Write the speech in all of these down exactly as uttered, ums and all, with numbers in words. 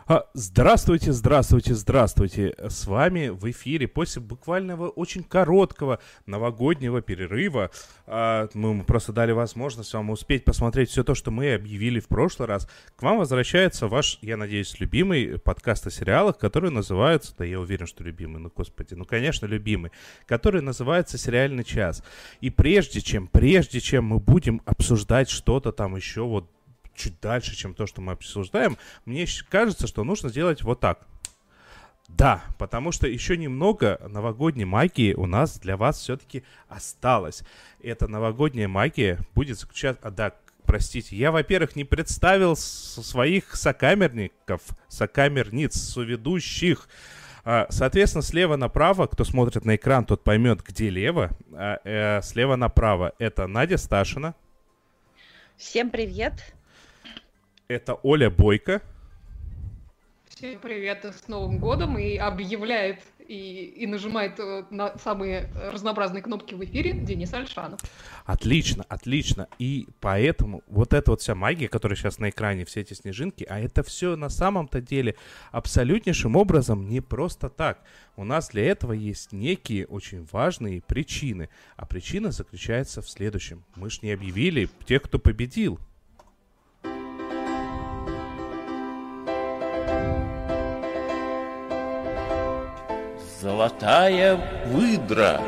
А, Здравствуйте, здравствуйте, здравствуйте. С вами в эфире после буквального очень короткого новогоднего перерыва. а, Мы просто дали возможность вам успеть посмотреть все то, что мы объявили в прошлый раз. К вам возвращается ваш, я надеюсь, любимый подкаст о сериалах, который называется, да я уверен, что любимый, ну господи, ну конечно любимый, который называется «Сериальный час». И прежде чем, прежде чем мы будем обсуждать что-то там еще вот чуть дальше, чем то, что мы обсуждаем, мне кажется, что нужно сделать вот так. Да, потому что еще немного новогодней магии у нас для вас все-таки осталось. Эта новогодняя магия будет заключаться... А, да, простите, я, во-первых, не представил своих сокамерников, сокамерниц, соведущих. Соответственно, слева направо, кто смотрит на экран, тот поймет, где лево. А, э, слева направо это Надя Сташина. Всем привет. Это Оля Бойко. Всем привет с Новым годом, и объявляет и, и нажимает на самые разнообразные кнопки в эфире Денис Альшанов. Отлично, отлично. И поэтому вот эта вот вся магия, которая сейчас на экране, все эти снежинки, а это все на самом-то деле абсолютнейшим образом не просто так. У нас для этого есть некие очень важные причины. А причина заключается в следующем. Мы ж не объявили тех, кто победил. Золотая выдра.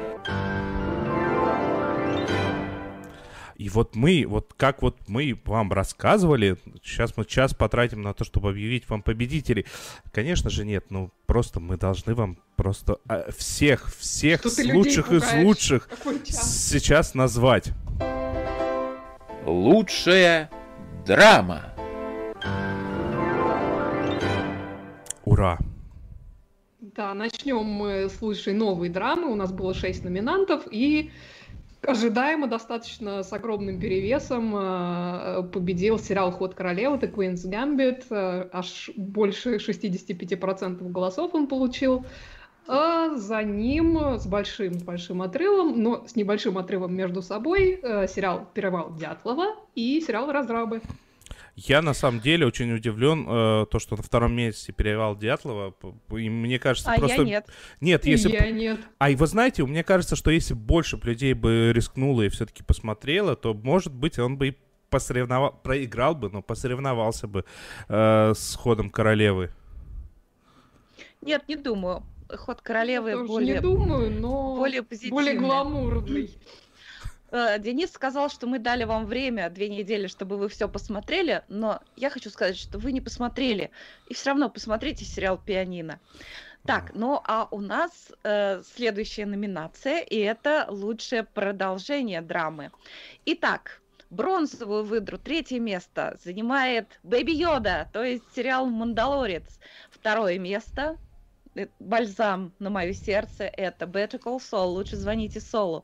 И вот мы, вот как вот мы вам рассказывали, сейчас мы час потратим на то, чтобы объявить вам победителей. Конечно же нет, ну просто мы должны вам просто а, всех, всех с лучших из лучших сейчас назвать. Лучшая драма. Ура! Да, начнем мы с лучшей новой драмы. У нас было шесть номинантов, и ожидаемо достаточно с огромным перевесом победил сериал «Ход королевы» The Queen's Gambit. Аж больше шестьдесят пять процентов голосов он получил. А за ним с большим, с большим отрывом, но с небольшим отрывом между собой, сериал «Перевал Дятлова» и сериал «Разрабы». Я на самом деле очень удивлен, э, то, что на втором месте «Перевал Дятлова». И мне кажется, а просто... я нет. Нет, если... Я нет. А и вы знаете, мне кажется, что если больше бы людей бы рискнуло и все-таки посмотрело, то, может быть, он бы и посоревновал... проиграл бы, но посоревновался бы э, с «Ходом королевы». Нет, не думаю. «Ход королевы» Я более... не думаю, но более более гламурный. Денис сказал, что мы дали вам время, две недели, чтобы вы все посмотрели, но я хочу сказать, что вы не посмотрели, и все равно посмотрите сериал «Пианино». Так, ну а у нас э, следующая номинация, и это лучшее продолжение драмы. Итак, бронзовую выдру, третье место, занимает «Бэби Йода», то есть сериал «Мандалорец». Второе место, бальзам на мое сердце, это «Better Call Saul», лучше звоните Солу.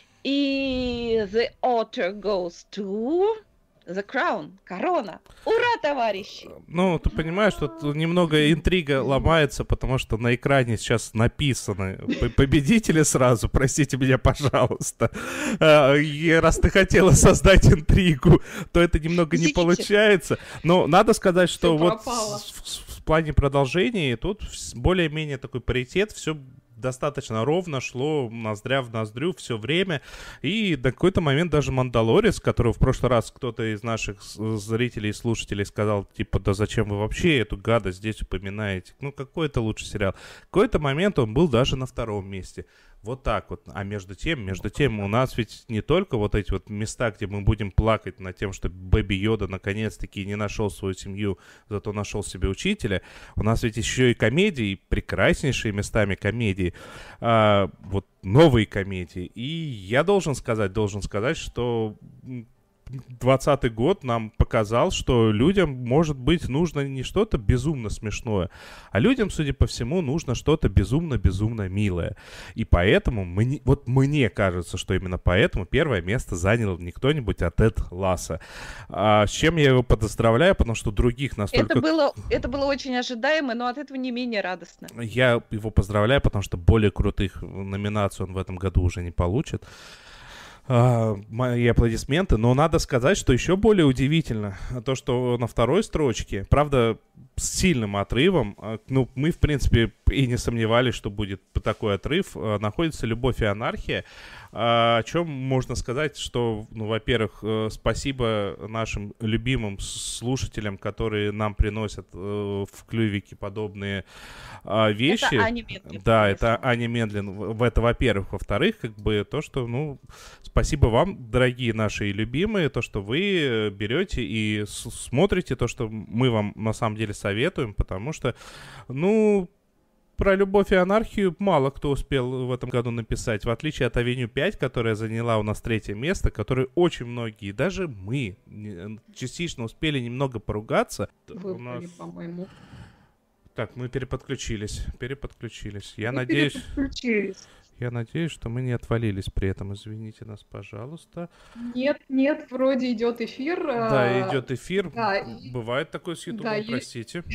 И the Otter goes to The Crown, корона. Ура, товарищи! Ну, ты понимаешь, что тут немного интрига ломается, потому что на экране сейчас написаны победители сразу, простите меня, пожалуйста. И раз ты хотела создать интригу, то это немного не получается. Но надо сказать, что вот в плане продолжения тут более-менее такой паритет, все достаточно ровно шло ноздря в ноздрю все время. И до какой-то момент даже «Мандалорец», который в прошлый раз кто-то из наших зрителей и слушателей сказал, типа, да зачем вы вообще эту гадость здесь упоминаете? Ну, какой это лучший сериал? В какой-то момент он был даже на втором месте. Вот так вот. А между тем, между тем, у нас ведь не только вот эти вот места, где мы будем плакать над тем, что Бэби Йода наконец-таки не нашел свою семью, зато нашел себе учителя. У нас ведь еще и комедии, прекраснейшие местами комедии, а, вот новые комедии. И я должен сказать, должен сказать, что двадцатый год нам показал, что людям, может быть, нужно не что-то безумно смешное, а людям, судя по всему, нужно что-то безумно-безумно милое. И поэтому, мне, вот мне кажется, что именно поэтому первое место занял не кто-нибудь, а Тед Лассо. А с чем я его поздравляю, потому что других настолько... Это было, это было очень ожидаемо, но от этого не менее радостно. Я его поздравляю, потому что более крутых номинаций он в этом году уже не получит. Uh, мои аплодисменты, но надо сказать, что еще более удивительно то, что на второй строчке, правда, с сильным отрывом. Ну, мы, в принципе, и не сомневались, что будет такой отрыв. Находится «Любовь и анархия». О чем можно сказать, что, ну, во-первых, спасибо нашим любимым слушателям, которые нам приносят в клювике подобные вещи. Это Аня Мендлин. Да, это Аня Мендлин. В это, во-первых. Во-вторых, как бы то, что, ну, спасибо вам, дорогие наши любимые, то, что вы берете и смотрите то, что мы вам на самом деле советуем, потому что, ну, про «Любовь и анархию» мало кто успел в этом году написать, в отличие от «Авеню пять», которая заняла у нас третье место, которой очень многие, даже мы, частично успели немного поругаться. Выбрали, у нас... по-моему. Так, мы переподключились, переподключились. Я Мы надеюсь... переподключились. Я надеюсь, что мы не отвалились при этом. Извините нас, пожалуйста. Нет, нет, вроде идет эфир. Да, идет эфир. Да. Бывает такое с Ютубом, Да, простите.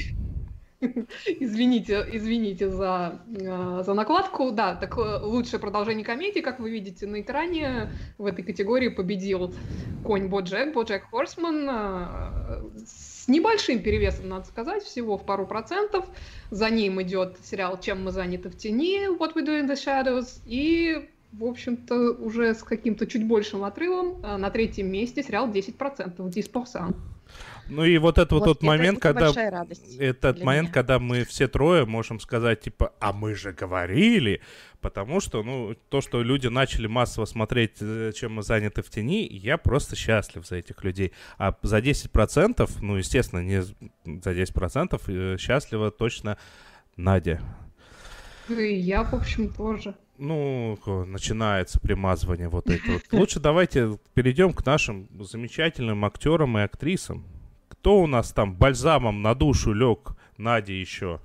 Извините, извините за, э, за накладку. Да, так э, лучшее продолжение комедии, как вы видите на экране, в этой категории победил конь Боджек, Боджек Хорсман, э, с небольшим перевесом, надо сказать, всего в пару процентов. За ним идет сериал «Чем мы заняты в тени», What We Do in the Shadows, и, в общем-то, уже с каким-то чуть большим отрывом э, на третьем месте сериал десять процентов, десять процентов. Ну и вот это вот, Вот тот это- момент, это когда большая радость этот для момент, меня. когда мы все трое можем сказать типа, а мы же говорили, потому что, ну, то, что люди начали массово смотреть, э, чем мы заняты в тени, я просто счастлив за этих людей. А за десять процентов, ну, естественно, не за десять процентов э, счастлива точно Надя. И я, в общем, тоже. Ну, ко- начинается примазывание вот это вот. Лучше давайте перейдем к нашим замечательным актерам и актрисам. Кто у нас там бальзамом на душу лег, Надя, еще?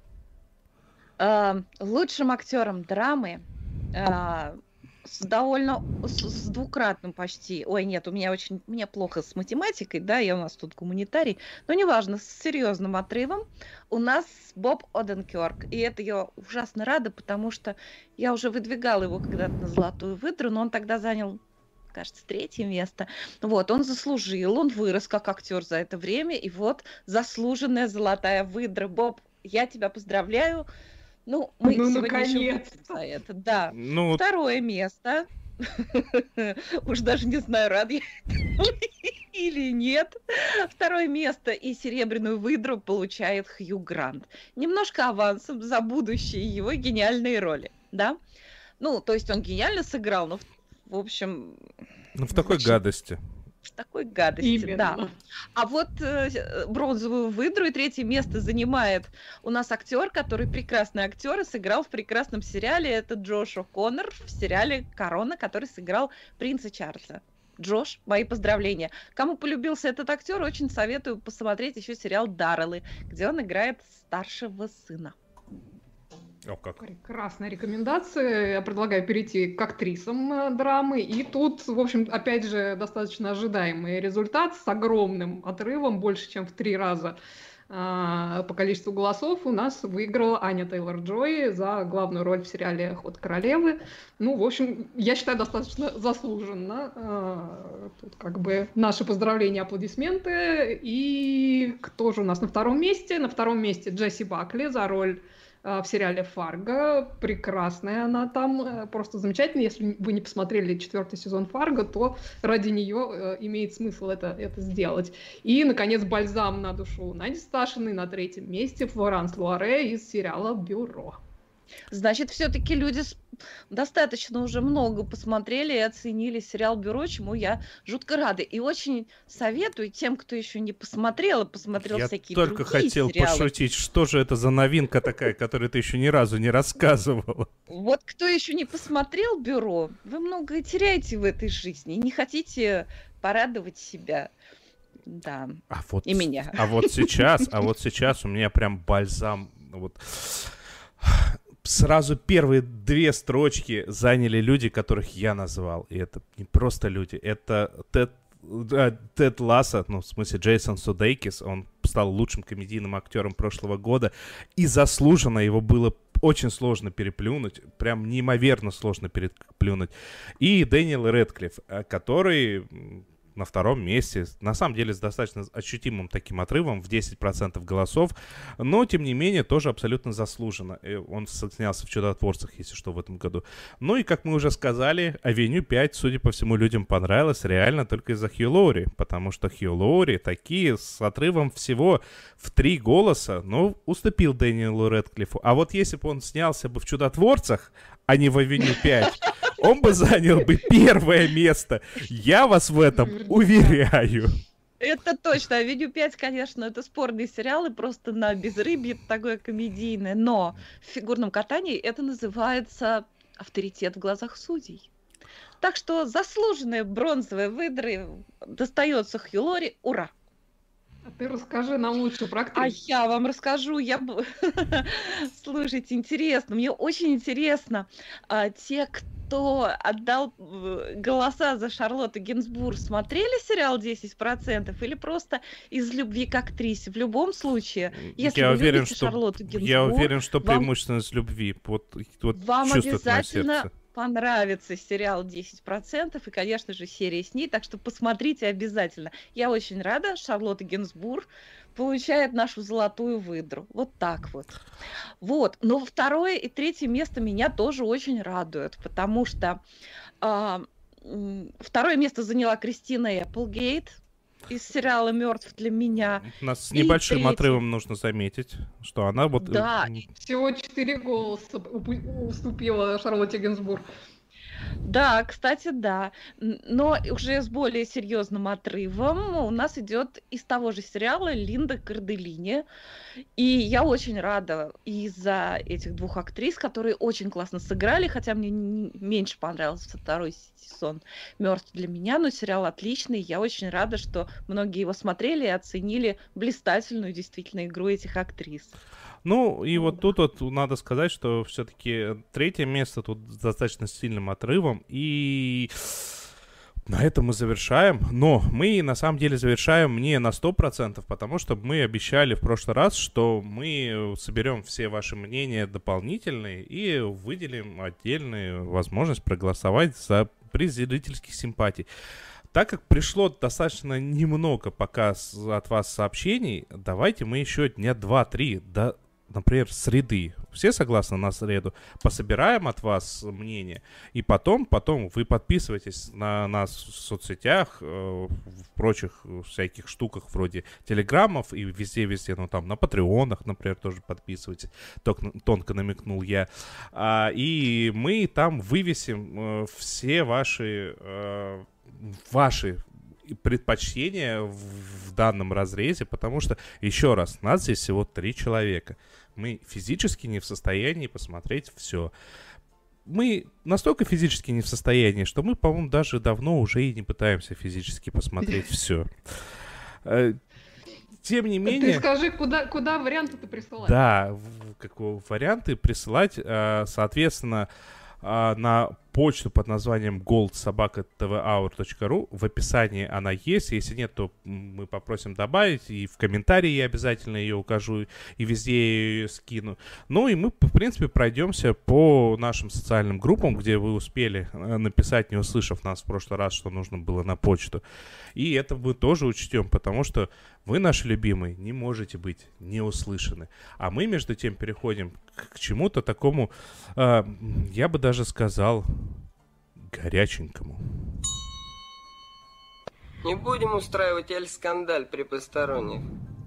Э, Лучшим актером драмы э, с довольно с, с двукратным почти. Ой, нет, у меня очень мне плохо с математикой, да, я у нас тут гуманитарий, но неважно, с серьезным отрывом у нас Боб Оденкёрк. И это я ужасно рада, потому что я уже выдвигала его когда-то на золотую выдру, но он тогда занял, кажется, третье место. Вот, он заслужил, он вырос как актер за это время, и вот заслуженная золотая выдра. Боб, я тебя поздравляю. Ну, мы Ну, сегодня еще наконец-то. выпьем за это, да. Ну, Второе место. Уж даже не знаю, рад я этому или нет. Второе место и серебряную выдру получает Хью Грант. Немножко авансом за будущие его гениальные роли, да? Ну, то есть он гениально сыграл, но, в, в общем, ну, в такой очень- гадости. в такой гадости, да. Именно. А вот э, бронзовую выдру и третье место занимает у нас актер, который прекрасный актер и сыграл в прекрасном сериале. Это Джош О'Коннор в сериале «Корона», который сыграл принца Чарльза. Джош, мои поздравления. Кому полюбился этот актер, очень советую посмотреть еще сериал «Дарреллы», где он играет старшего сына. О, как. Прекрасная рекомендация. Я предлагаю перейти к актрисам э, драмы. И тут, в общем, опять же, достаточно ожидаемый результат с огромным отрывом, больше, чем в три раза э, по количеству голосов. У нас выиграла Аня Тейлор-Джой за главную роль в сериале «Ход королевы». Ну, в общем, я считаю, достаточно заслуженно. Э, Тут как бы наши поздравления, аплодисменты. И кто же у нас на втором месте? На втором месте Джесси Бакли за роль в сериале «Фарго». Прекрасная она там, просто замечательная. Если вы не посмотрели четвертый сезон «Фарго», то ради нее имеет смысл это, это сделать. И, наконец, бальзам на душу Нади Сташиной на третьем месте Флоранс Луаре из сериала «Бюро». Значит, все-таки люди с- достаточно уже много посмотрели и оценили сериал «Бюро», чему я жутко рада. И очень советую тем, кто еще не посмотрел, и посмотрел Я всякие только другие хотел сериалы. пошутить, что же это за новинка такая, которую ты еще ни разу не рассказывала. Вот кто еще не посмотрел «Бюро», вы многое теряете в этой жизни и не хотите порадовать себя. Да, А вот, и меня. а вот сейчас, а вот сейчас у меня прям бальзам. Вот. Сразу первые две строчки заняли люди, которых я назвал. И это не просто люди, это Тед, э, Тед Лассо, ну, в смысле Джейсон Судейкис. Он стал лучшим комедийным актером прошлого года. И заслуженно его было очень сложно переплюнуть. Прям неимоверно сложно переплюнуть. И Дэниел Рэдклифф, э, который... на втором месте. На самом деле с достаточно ощутимым таким отрывом в десять процентов голосов. Но, тем не менее, тоже абсолютно заслуженно. Он снялся в «Чудотворцах», если что, в этом году. Ну и, как мы уже сказали, «Авеню пять», судя по всему, людям понравилось реально только из-за Хью Лоури. Потому что Хью Лоури такие с отрывом всего в три голоса, ну, уступил Дэниелу Рэдклиффу. А вот если бы он снялся бы в «Чудотворцах», а не в «Авеню пять», он бы занял бы первое место. Я вас в этом уверяю. Это точно. «Авеню пять», конечно, это спорный сериал, и просто на безрыбье такое комедийное. Но в фигурном катании это называется авторитет в глазах судей. Так что заслуженные бронзовые выдры достается Хью Лоури. Ура! А ты расскажи нам лучше про А актрису. я вам расскажу. Я... б- Слушайте, интересно. Мне очень интересно. А, те, кто отдал э, голоса за Шарлотту Гинзбург, смотрели сериал десять процентов или просто из любви к актрисе? В любом случае, если Я вы уверен, любите что Шарлотту Гинзбург, я уверен, что вам- преимущественно из любви. Вот, вот вам чувствует мое обязательно сердце. понравится сериал десять процентов и, конечно же, серия с ней, так что посмотрите обязательно. Я очень рада, Шарлотта Гинзбург получает нашу золотую выдру. Вот так вот. Вот. Но второе и третье место меня тоже очень радует, потому что а, м, второе место заняла Кристина Эпплгейт из сериала «Мертв для меня». У нас с И небольшим третий. отрывом нужно заметить, что она вот... э, Да, м, Всего четыре голоса упу- уступила Шарлотте Гинзбург. Да, кстати, да. Н- Но уже с более серьезным отрывом у нас идет из того же сериала Линда Кардellини. И я очень рада из-за этих двух актрис, которые очень классно сыграли, хотя мне н- меньше понравился второй сезон «Мертв для меня», но сериал отличный. Я очень рада, что многие его смотрели и оценили блистательную действительно игру этих актрис. Ну, и Ну вот да. тут вот надо сказать, что все-таки третье место тут с достаточно сильным отрывом. И на этом мы завершаем. Но мы на самом деле завершаем не на сто процентов, потому что мы обещали в прошлый раз, что мы соберем все ваши мнения дополнительные и выделим отдельную возможность проголосовать за приз зрительских симпатий. Так как пришло достаточно немного пока с- от вас сообщений, давайте мы еще дня два-три, до, например, среды, все согласны на среду, пособираем от вас мнение, и потом, потом вы подписывайтесь на нас в соцсетях, э, в прочих э, всяких штуках вроде телеграммов и везде-везде, ну там на патреонах, например, тоже подписывайтесь, тонко, тонко намекнул я. А, и мы там вывесим э, все ваши... э, ваши предпочтения в, в данном разрезе, потому что, еще раз, нас здесь всего три человека. Мы физически не в состоянии посмотреть все. Мы настолько физически не в состоянии, что мы, по-моему, даже давно уже и не пытаемся физически посмотреть все. Тем не Ты менее... скажи, куда, куда варианты-то присылать? Да, в- как бы варианты присылать, э, соответственно, э, на почту под названием gold собака ти ви hour точка ру. В описании она есть. Если нет, то м, мы попросим добавить. И в комментарии я обязательно ее укажу. И везде ее скину. Ну и мы, в принципе, пройдемся по нашим социальным группам, где вы успели э, написать, не услышав нас в прошлый раз, что нужно было на почту. И это мы тоже учтем, потому что вы, наши любимые, не можете быть не услышаны. А мы, между тем, переходим к, к чему-то такому, э, я бы даже сказал, горяченькому. Не будем устраивать эль-скандаль при посторонних.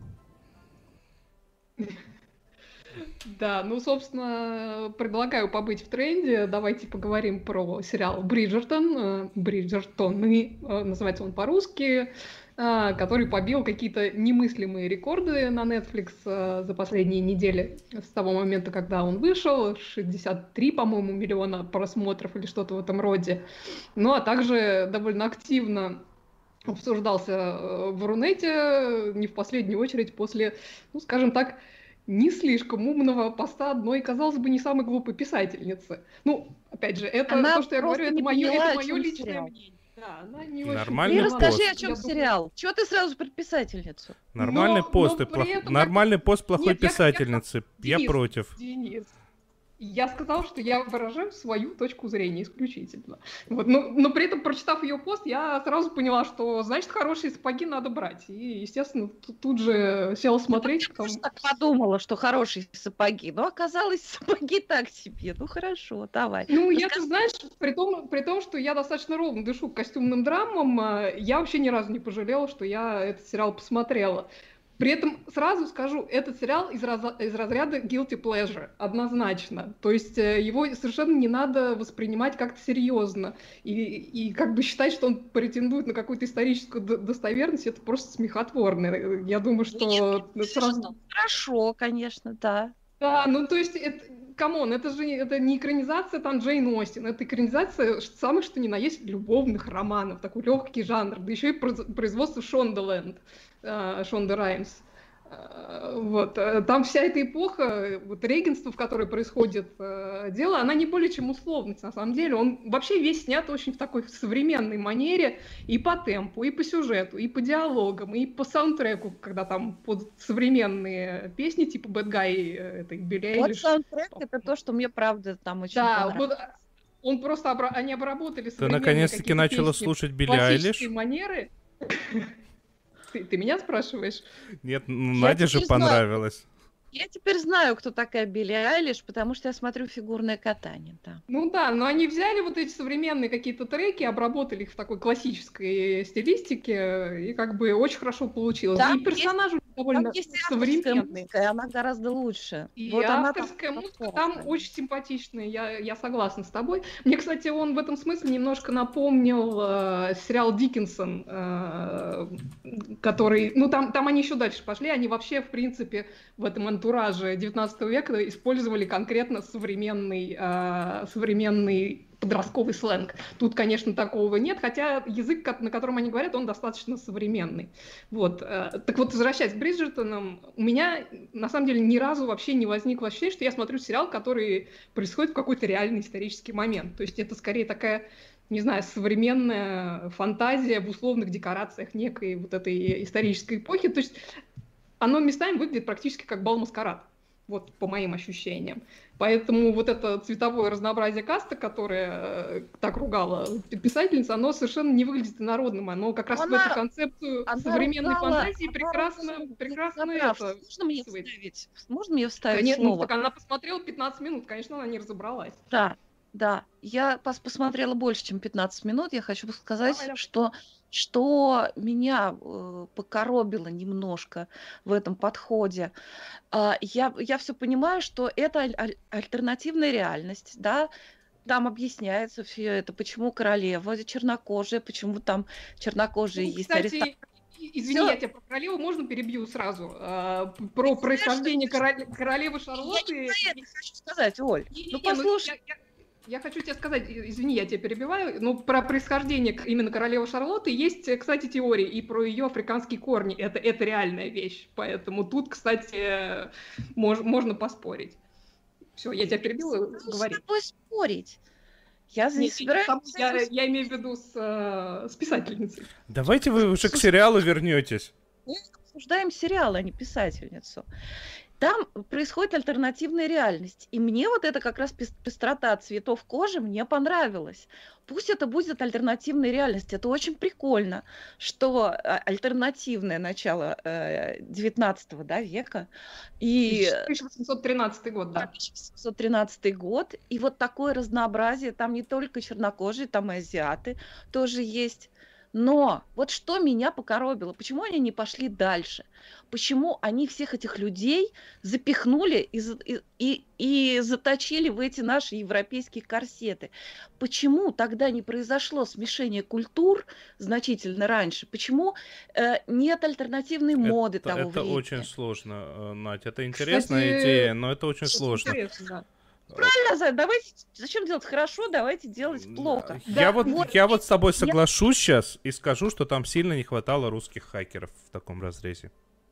Да, ну, собственно, предлагаю побыть в тренде. Давайте поговорим про сериал «Бриджертон». э, «Бриджертоны», э, называется он по-русски, э, который побил какие-то немыслимые рекорды на Netflix э, за последние недели с того момента, когда он вышел. шестьдесят три, по-моему, миллиона просмотров или что-то в этом роде. Ну, а также довольно активно обсуждался э, в Рунете, не в последнюю очередь после, ну, скажем так, не слишком умного поста одной, казалось бы, не самой глупой писательницы. Ну, опять же, это Она то, что я просто говорю, это не мое, поняла, это о мое чём личное сериал. мнение. Да, она не очень Нормальный Ты пост. расскажи, о Я чем думаю- сериал. Чего ты сразу про писательницу? Нормальный Но- пост, но и при плох- этом- Нормальный пост плохой Нет, я- я- писательницы. Я, Денис, против. Денис, Я сказала, что я выражаю свою точку зрения исключительно. Вот, но, но при этом, прочитав ее пост, я сразу поняла, что, значит, хорошие сапоги надо брать. И, естественно, тут, тут же села смотреть. Я Потом... тоже так подумала, что хорошие сапоги, но оказалось, сапоги так себе. Ну хорошо, давай. Ну, Ну, я, скажи... ты знаешь, при том, при том, что я достаточно ровно дышу к костюмным драмам, я вообще ни разу не пожалела, что я этот сериал посмотрела. При этом сразу скажу, этот сериал из, раз, из разряда guilty pleasure, однозначно. То есть его совершенно не надо воспринимать как-то серьезно. И, и как бы считать, что он претендует на какую-то историческую достоверность, это просто смехотворно. Я думаю, что Нет, сразу... Хорошо, конечно, да. Да, ну то есть, это, камон, это же это не экранизация там Джейн Остин, это экранизация самых что ни на есть любовных романов, такой легкий жанр, да еще и производство Шондаленд. Шонда Раймс. Вот. Там вся эта эпоха, вот регенство, в которой происходит э, дело, она не более чем условность, на самом деле. Он вообще весь снят очень в такой современной манере и по темпу, и по сюжету, и по диалогам, и по саундтреку, когда там под современные песни, типа Bad Guy, этой Билли Эйлиш. Вот саундтрек — это то, что мне, правда, там очень да, понравилось. Вот, он просто, обра- они обработали Ты наконец-таки начала слушать Билли Эйлиш? манеры. Ты, ты меня спрашиваешь? Нет, Наде же понравилось. Я теперь знаю, кто такая Билли Айлиш, потому что я смотрю фигурное катание. Да. Ну да, но они взяли вот эти современные какие-то треки, обработали их в такой классической стилистике, и как бы очень хорошо получилось. Там и персонажи есть, довольно там есть современные. Музыка, она гораздо лучше. И вот авторская она музыка там очень симпатичная, я, я согласна с тобой. Мне, кстати, он в этом смысле немножко напомнил э, сериал «Диккенсон», э, который... Ну, там, там они еще дальше пошли, они вообще, в принципе, в этом антураже девятнадцатого века использовали конкретно современный, э, современный подростковый сленг. Тут, конечно, такого нет, хотя язык, на котором они говорят, он достаточно современный. Вот. Так вот, возвращаясь к Бриджертонам, у меня, на самом деле, ни разу вообще не возникло ощущение, что я смотрю сериал, который происходит в какой-то реальный исторический момент. То есть это скорее такая, не знаю, современная фантазия в условных декорациях некой вот этой исторической эпохи. То есть оно местами выглядит практически как бал-маскарад. Вот по моим ощущениям. Поэтому вот это цветовое разнообразие каста, которое э, так ругала писательница, оно совершенно не выглядит инородным. Оно как раз она, в эту концепцию современной ругала, фантазии прекрасно, ругала, прекрасно это Можно мне вставить? Можно мне вставить Конечно, слово? Ну, так она посмотрела пятнадцать минут, конечно, она не разобралась. Да, да. Я пос посмотрела больше, чем пятнадцать минут. Я хочу сказать, Давай, что... что меня э, покоробило немножко в этом подходе. Э, я, я все понимаю, что это аль альтернативная реальность, да, там объясняется все это, почему королева чернокожая, почему там чернокожие ну, есть кстати, аристократы. Извини, Всё. я тебя про королеву можно перебью сразу? А, про Ты происхождение король... королевы Шарлотты. Я не это хочу сказать, Оль. Не, ну не, послушай. Ну, я, я... Я хочу тебе сказать, извини, я тебя перебиваю, но про происхождение именно королевы Шарлотты есть, кстати, теории и про ее африканские корни. Это, это реальная вещь, поэтому тут, кстати, мож, можно поспорить. Все, я тебя перебила, говори. С тобой спорить? Я не собираюсь... Я, я имею в виду с, с писательницей. Давайте вы уже к сериалу вернетесь. Мы обсуждаем сериал, а не писательницу. Там происходит альтернативная реальность. И мне вот эта как раз пестрота цветов кожи мне понравилась. Пусть это будет альтернативная реальность. Это очень прикольно, что альтернативное начало девятнадцатого да, века. И... тысяча восемьсот тринадцатый год, да. тысяча восемьсот тринадцатый год. И вот такое разнообразие. Там не только чернокожие, там и азиаты тоже есть. Но вот что меня покоробило, почему они не пошли дальше? Почему они всех этих людей запихнули и, и, и, и заточили в эти наши европейские корсеты? Почему тогда не произошло смешение культур значительно раньше? Почему э, нет альтернативной моды это, того это времени? Это очень сложно, Надь. Это интересная Кстати, идея, но это очень сложно. Да. Правильно, давайте, зачем делать хорошо, давайте делать плохо. Я, Да, вот, вот, я вот с тобой соглашусь я... сейчас и скажу, что там сильно не хватало русских хакеров в таком разрезе.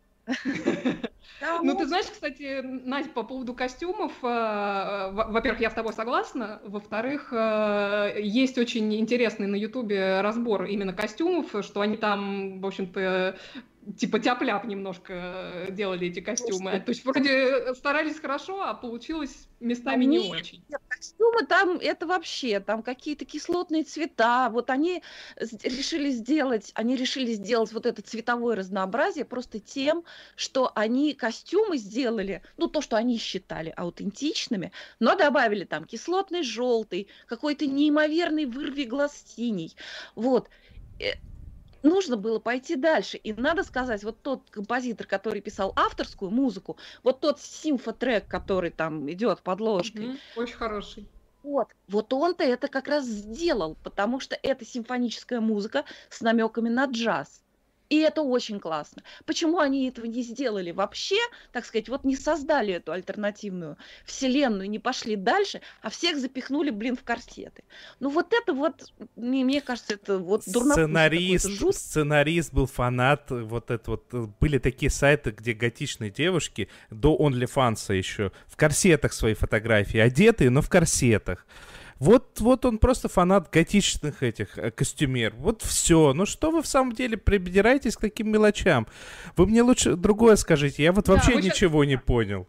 Ну, ты знаешь, кстати, Надь, по поводу костюмов, во-первых, я с тобой согласна, во-вторых, есть очень интересный на Ютубе разбор именно костюмов, что они там, в общем-то, типа тяп-ляп немножко делали эти костюмы. То есть вроде старались хорошо, а получилось местами не Они- очень. Нет, костюмы там, это вообще, там какие-то кислотные цвета. Вот они с- решили сделать, они решили сделать вот это цветовое разнообразие просто тем, что они костюмы сделали, ну, то, что они считали аутентичными, но добавили там кислотный желтый, какой-то неимоверный вырви глаз синий. Вот. Э, Нужно было пойти дальше. И надо сказать, вот тот композитор, который писал авторскую музыку, вот тот симфотрек, который там идет подложкой, Мгм. Очень хороший. вот, вот он-то это как раз сделал, потому что это симфоническая музыка с намеками на джаз. И это очень классно. Почему они этого не сделали вообще, так сказать, вот не создали эту альтернативную вселенную, не пошли дальше, а всех запихнули, блин, в корсеты. Ну вот это вот, мне, мне кажется, это вот дурновкусие Сценарист, какое-то, жуть. сценарист был фанат, вот это вот, э, были такие сайты, где готичные девушки, до OnlyFans еще, в корсетах свои фотографии, одетые, но в корсетах. Вот, вот он просто фанат готичных этих э, костюмер. Вот все. Ну что вы в самом деле придираетесь к таким мелочам? Вы мне лучше другое скажите. Я вот Да, вообще вы щас- ничего не понял.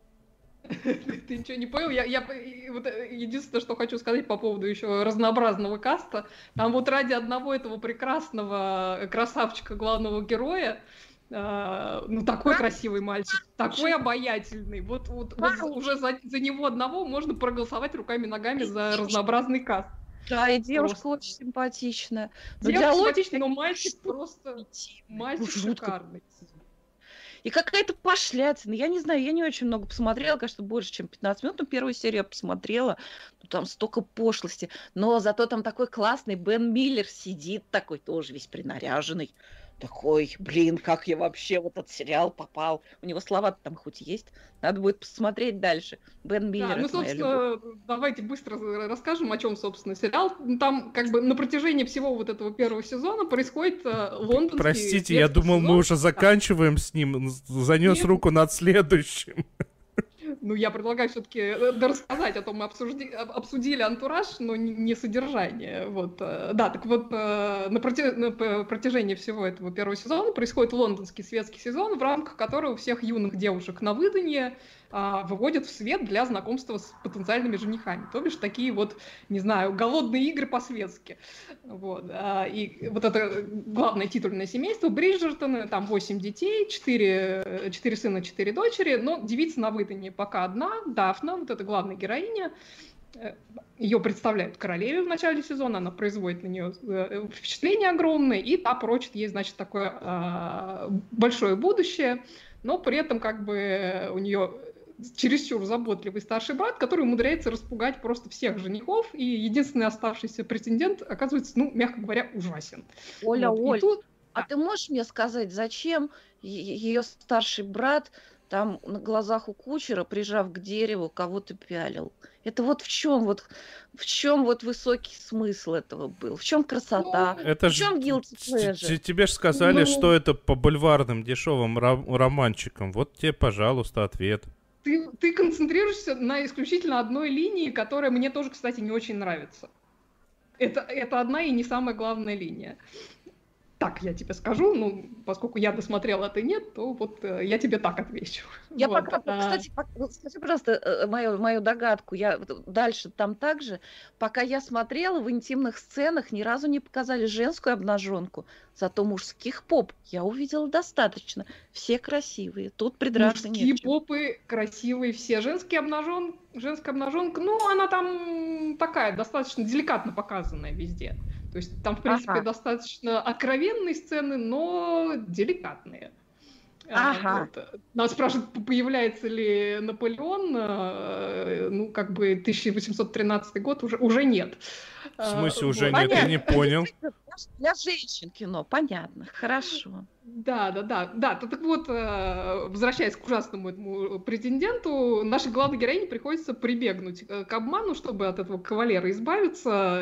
Ты ничего не понял? Я, я и вот э, единственное, что хочу сказать по поводу еще разнообразного каста, там вот ради одного этого прекрасного красавчика главного героя, э, ну такой Да. красивый мальчик, такой обаятельный, вот, вот, вот Да. уже за, за него одного можно проголосовать руками-ногами за разнообразный каст. Да, и девушка Просто. очень симпатичная. Но Девушка диалоги симпатичная, но такие мальчик просто примитивные. мальчик Ну, жутко. шикарный. И какая-то пошлятина. Я не знаю, я не очень много посмотрела, конечно, больше, чем пятнадцать минут, но первую серию я посмотрела. Ну, там столько пошлости. Но зато там такой классный Бен Миллер сидит такой, тоже весь принаряженный. Такой, блин, как я вообще в этот сериал попал. У него слова там хоть есть. Надо будет посмотреть дальше. Бен Миллер, Да, ну, это моя любовь. собственно, давайте быстро расскажем, о чем, собственно, сериал. Там, как бы, на протяжении всего вот этого первого сезона происходит э, лондонский... Простите, я светский думал, мы сезон. уже заканчиваем с ним. Занес Нет. руку над следующим. Ну, я предлагаю все-таки рассказать о том, мы обсужди- об- обсудили антураж, но не, не содержание. Вот. э, Да, так вот, э, на, проти- на п- протяжении всего этого первого сезона происходит лондонский светский сезон, в рамках которого всех юных девушек на выданье а, выводят в свет для знакомства с потенциальными женихами. То бишь такие вот, не знаю, голодные игры по-светски. Вот. а, И вот это главное титульное семейство Бриджертоны, там восемь детей, четыре сына, четыре дочери, но девица на выданье пока одна, Дафна, вот эта главная героиня. Ее представляют королеве в начале сезона, она производит на нее э, впечатление огромное, и та прочит ей, значит, такое э, большое будущее, но при этом как бы у нее чересчур заботливый старший брат, который умудряется распугать просто всех женихов, и единственный оставшийся претендент оказывается, ну, мягко говоря, ужасен. Оля, Вот. И Оль, тут- а ты можешь мне сказать, зачем ее старший брат там на глазах у кучера, прижав к дереву, кого-то пялил? Это вот в чем вот в чем вот высокий смысл этого был? В чем красота? Это В ж чем guilty т- pleasure? т- тебе же сказали, Ну. что это по бульварным дешевым ра- романчикам. Вот тебе, пожалуйста, ответ. Ты, ты концентрируешься на исключительно одной линии, которая мне тоже, кстати, не очень нравится. Это, это одна и не самая главная линия. Так я тебе скажу, ну, поскольку я досмотрела, а ты нет, то вот э, я тебе так отвечу. Я Вот, пока, а, кстати, пок- вот скажи, пожалуйста, э, мою, мою догадку. Я вот дальше там также, пока я смотрела, в интимных сценах ни разу не показали женскую обнаженку, зато мужских поп я увидела достаточно. Все красивые. Тут придраться не Мужские к чему. попы красивые все. Женские обнажен... Женская обнаженка, ну, она там такая, достаточно деликатно показанная везде. То есть там, в принципе, Ага. достаточно откровенные сцены, но деликатные. А, Ага. вот. Нас спрашивают, п- появляется ли Наполеон. э, Ну, как бы тысяча восемьсот тринадцатый год уже, уже нет. В смысле А, уже вот. нет, я не понял. Для, для женщин кино, понятно, хорошо. Да, да, да, да. Так, так вот, э, возвращаясь к ужасному этому претенденту, нашей главной героине приходится прибегнуть э, к обману, чтобы от этого кавалера избавиться. И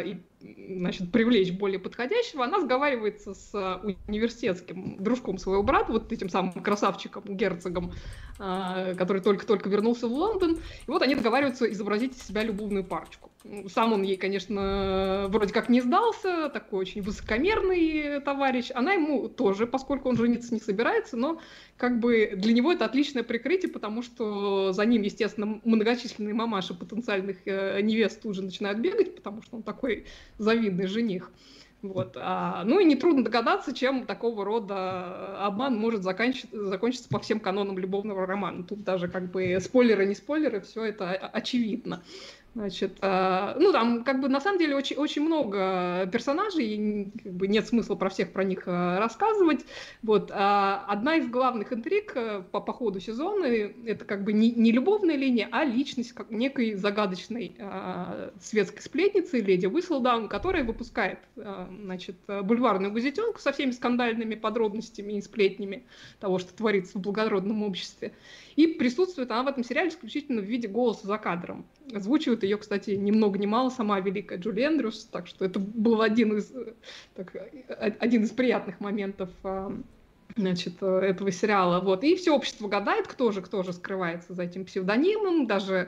значит, привлечь более подходящего, она сговаривается с университетским дружком своего брата, вот этим самым красавчиком, герцогом, который только-только вернулся в Лондон. И вот они договариваются изобразить из себя любовную парочку. Сам он ей, конечно, вроде как не сдался, такой очень высокомерный товарищ. Она ему тоже, поскольку он жениться не собирается, но как бы для него это отличное прикрытие, потому что за ним, естественно, многочисленные мамаши потенциальных невест тут же начинают бегать, потому что он такой завидный жених. Вот. А, ну и нетрудно догадаться, чем такого рода обман может закончиться, закончиться по всем канонам любовного романа. Тут даже как бы спойлеры, не спойлеры, все это очевидно. Значит, э, ну там как бы на самом деле очень, очень много персонажей, как бы нет смысла про всех про них э, рассказывать. Вот, э, одна из главных интриг э, по, по ходу сезона это как бы не, не любовная линия, а личность как некой загадочной э, светской сплетницы леди Уислдаун, которая выпускает э, значит, бульварную газетенку со всеми скандальными подробностями и сплетнями того, что творится в благородном обществе. И присутствует она в этом сериале исключительно в виде голоса за кадром. Озвучивает ее, кстати, ни много ни мало сама великая Джули Эндрюс, так что это был один из, так, один из приятных моментов, значит, этого сериала. Вот. И все общество гадает, кто же, кто же скрывается за этим псевдонимом. Даже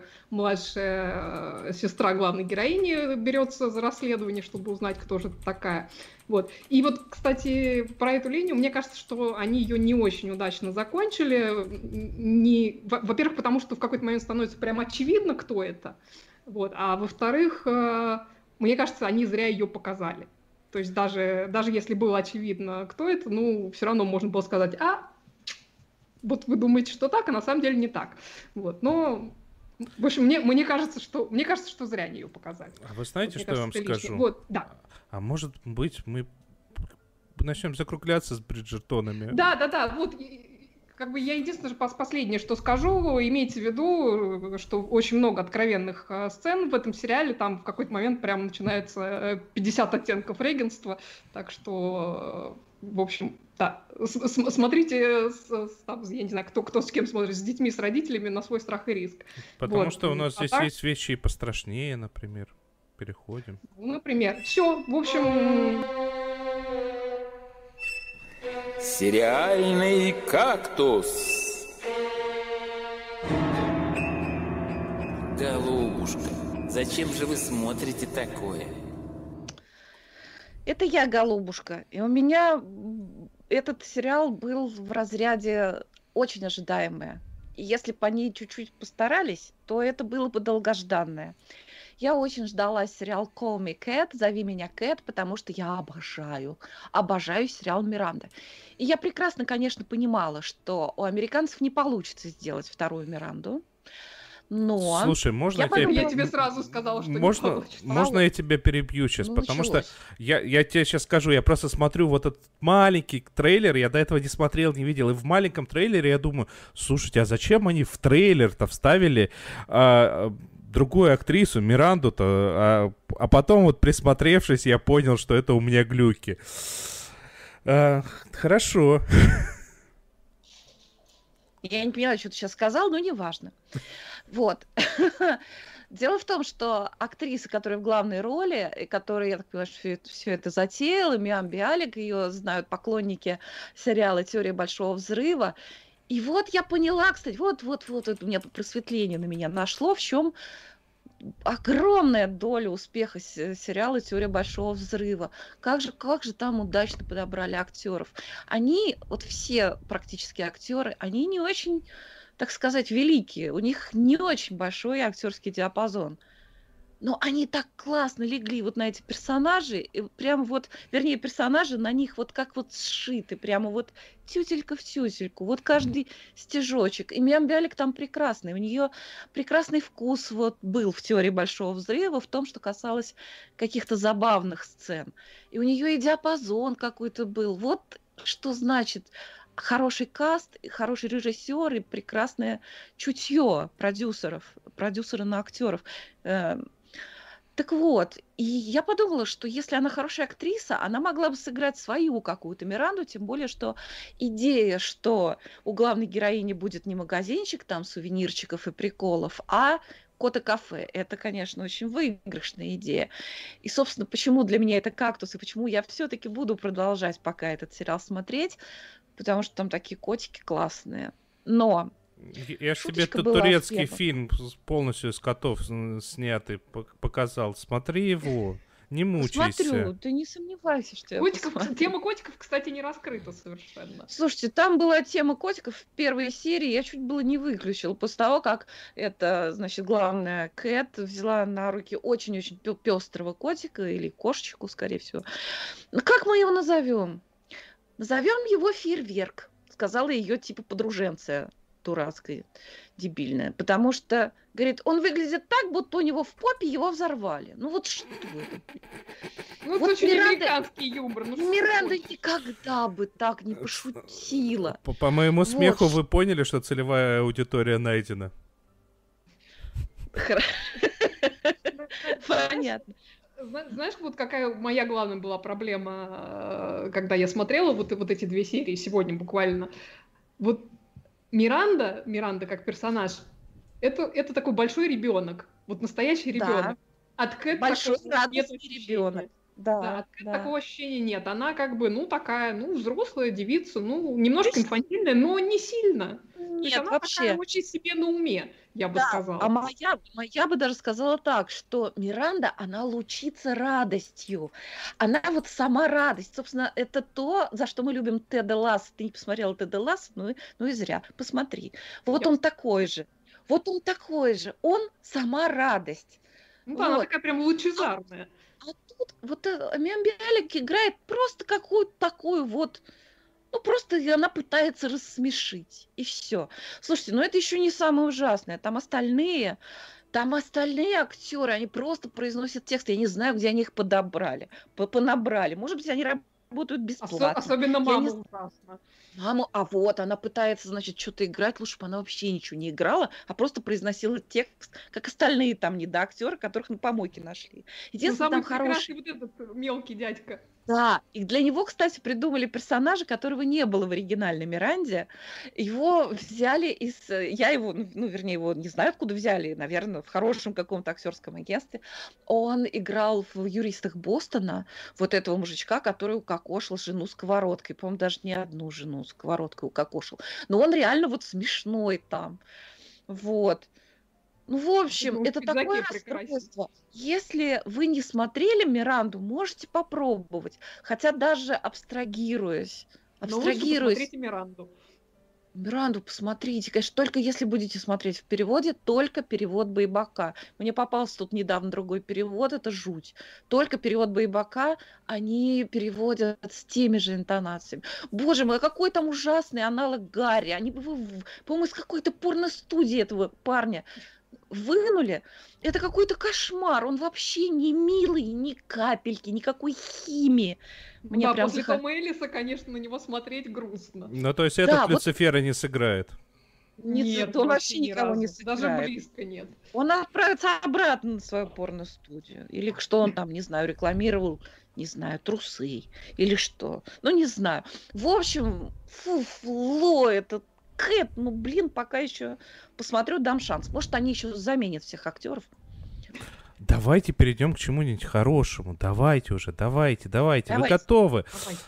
младшая сестра главной героини берется за расследование, чтобы узнать, кто же это такая. Вот. И вот, кстати, про эту линию, мне кажется, что они ее не очень удачно закончили. Не... Во-первых, потому что в какой-то момент становится прям очевидно, кто это. Вот. А во-вторых, мне кажется, они зря ее показали. То есть даже, даже если было очевидно, кто это, ну, все равно можно было сказать, а, вот вы думаете, что так, а на самом деле не так. Вот. Но... В общем, мне, мне, кажется, что, мне кажется, что зря они ее показали. А вы знаете, вот, что я вам лично. скажу? Вот, да. А может быть, мы начнем закругляться с Бриджертонами? Да, да, да. Вот, как бы я единственное, последнее, что скажу, имейте в виду, что очень много откровенных сцен в этом сериале. Там в какой-то момент прям начинается пятьдесят оттенков регенства. Так что, в общем, да, смотрите, там, я не знаю, кто, кто с кем смотрит, с детьми, с родителями, на свой страх и риск. Потому вот. что у нас а здесь так... есть вещи и пострашнее, например. Переходим. Например. Все, в общем... Сериальный кактус. Голубушка, зачем же вы смотрите такое? Это я, голубушка. И у меня этот сериал был в разряде очень ожидаемое. И если бы они чуть-чуть постарались, то это было бы долгожданное. Я очень ждала сериал Call Me Cat, «Зови меня Кэт», потому что я обожаю, обожаю сериал «Миранда». И я прекрасно, конечно, понимала, что у американцев не получится сделать вторую «Миранду». Но... Слушай, можно я, тебе... я тебе сразу сказала, что можно, не получится. Можно я тебя перебью сейчас? Ну, потому началось. что я, я тебе сейчас скажу, я просто смотрю вот этот маленький трейлер, я до этого не смотрел, не видел, и в маленьком трейлере я думаю, слушайте, а зачем они в трейлер-то вставили... А, другую актрису, Миранду-то, а, а потом вот присмотревшись, я понял, что это у меня глюки. А, хорошо. Я не поняла, что ты сейчас сказал, но неважно. Вот. Дело в том, что актриса, которая в главной роли, которая, я так понимаю, все это, все это затеяла, Миам Биалик, ее знают поклонники сериала «Теория большого взрыва». И вот я поняла, кстати, вот-вот-вот у меня просветление на меня нашло, в чем огромная доля успеха сериала «Теория большого взрыва». Как же, как же там удачно подобрали актеров. Они, вот все практически актеры, они не очень, так сказать, великие. У них не очень большой актерский диапазон. Но они так классно легли вот на эти персонажи, и прям вот, вернее, персонажи на них вот как вот сшиты, прямо вот тютелька в тютельку, вот каждый стежочек. И Миам Биалик там прекрасный, у нее прекрасный вкус вот был в «Теории большого взрыва» в том, что касалось каких-то забавных сцен. И у нее и диапазон какой-то был. Вот что значит хороший каст, хороший режиссер и прекрасное чутье продюсеров, продюсера на актеров. Так вот, и я подумала, что если она хорошая актриса, она могла бы сыграть свою какую-то Миранду, тем более, что идея, что у главной героини будет не магазинчик там сувенирчиков и приколов, а Кота Кафе. Это, конечно, очень выигрышная идея. И, собственно, почему для меня это кактус, и почему я все-таки буду продолжать пока этот сериал смотреть, потому что там такие котики классные. Но я ж тебе шуточка была в турецкий первом. фильм с- полностью из котов м, снятый пок- показал. Смотри его, не мучайся. Смотрю, ты не сомневайся, что я Котиков, посмотрю. тема котиков, кстати, не раскрыта совершенно. Слушайте, там была тема котиков в первой серии, я чуть было не выключила. После того, как это, значит, главная Кэт взяла на руки очень-очень пестрого котика или кошечку, скорее всего. Ну, как мы его назовем? Назовем его Фейерверк, сказала ее типа подруженция дурацкая, дебильная. Потому что, говорит, он выглядит так, будто у него в попе его взорвали. Ну вот что это? Ну, Вот это очень Миранда- американский юмор. Ну, что Миранда хочешь. никогда бы так не пошутила. По, по моему Вот смеху ш- вы поняли, что целевая аудитория найдена. Хра- Понятно. Зна- Знаешь, вот какая моя главная была проблема, э, когда я смотрела вот, вот эти две серии сегодня буквально. Вот Миранда, Миранда как персонаж, это, это такой большой ребенок, вот настоящий Да. ребенок. От Кэт Большой такого нет радостный ощущения. ребенок. Да, Да, от Кэт да. такого ощущения нет. Она как бы, ну, такая, ну, взрослая девица, ну, немножко инфантильная, но не сильно. То есть Нет, она вообще. такая очень себе на уме, я бы Да, сказала. а моя, моя бы даже сказала так, что Миранда, она лучится радостью. Она вот сама радость. Собственно, это то, за что мы любим Теда Ласса. Ты не посмотрела Теда Ласса, ну, и- ну и зря. Посмотри. Вот Я он такой же. Вот он такой же. Он сама радость. Ну да, она вот. такая прям лучезарная. А тут вот э, Миан Биалик играет просто какую-то такую вот, ну просто и она пытается рассмешить, и все. Слушайте, ну это еще не самое ужасное, там остальные, там остальные актеры, они просто произносят тексты, я не знаю, где они их подобрали, по- понабрали, может быть, они работают Осо- бесплатно. особенно Я мама не ужасно. Маму, а вот она пытается, значит, что-то играть, лучше бы она вообще ничего не играла, а просто произносила текст, как остальные там недоактеры, которых на помойке нашли. Ну, Единственное, самый там хороший. прекрасный вот этот мелкий дядька. Да, и для него, кстати, придумали персонажа, которого не было в оригинальной Миранде. Его взяли из... э, Я его, ну, ну, вернее, его не знаю, откуда взяли, наверное, в хорошем каком-то актерском агентстве. Он играл в «Юристах Бостона» вот этого мужичка, который укокошил жену сковородкой. По-моему, даже не одну жену сковородкой укокошил. Но он реально вот смешной там. Вот. Ну, в общем, Ну, это пиджаки такое прекрасен. расстройство. Если вы не смотрели Миранду, можете попробовать. Хотя даже абстрагируясь, Но лучше абстрагируясь, посмотрите Миранду. Миранду посмотрите. Конечно, только если будете смотреть в переводе, только перевод Байбака. Мне попался тут недавно другой перевод, это жуть. Только перевод Байбака, они переводят с теми же интонациями. Боже мой, а какой там ужасный аналог Гарри. Они, бы вы- в- по-моему, из какой-то порностудии этого парня вынули. Это какой-то кошмар. Он вообще не милый, ни капельки, никакой химии. Мне да, прям после захот- Тома Эллиса, конечно, на него смотреть грустно. Ну, то есть Да, этот вот- Люцифера не сыграет. Не Нет, ц- он вообще ни никого не разу. Даже сыграет. близко нет. Он отправится обратно на свою порностудию. Или что он там, не знаю, рекламировал, не знаю, трусы. Или что. Ну, не знаю. В общем, фуфло, это Кэт, ну, блин, пока еще посмотрю, дам шанс. Может, они еще заменят всех актеров. Давайте перейдем к чему-нибудь хорошему. Давайте уже, давайте, давайте. Вы Давайте. готовы? Давай.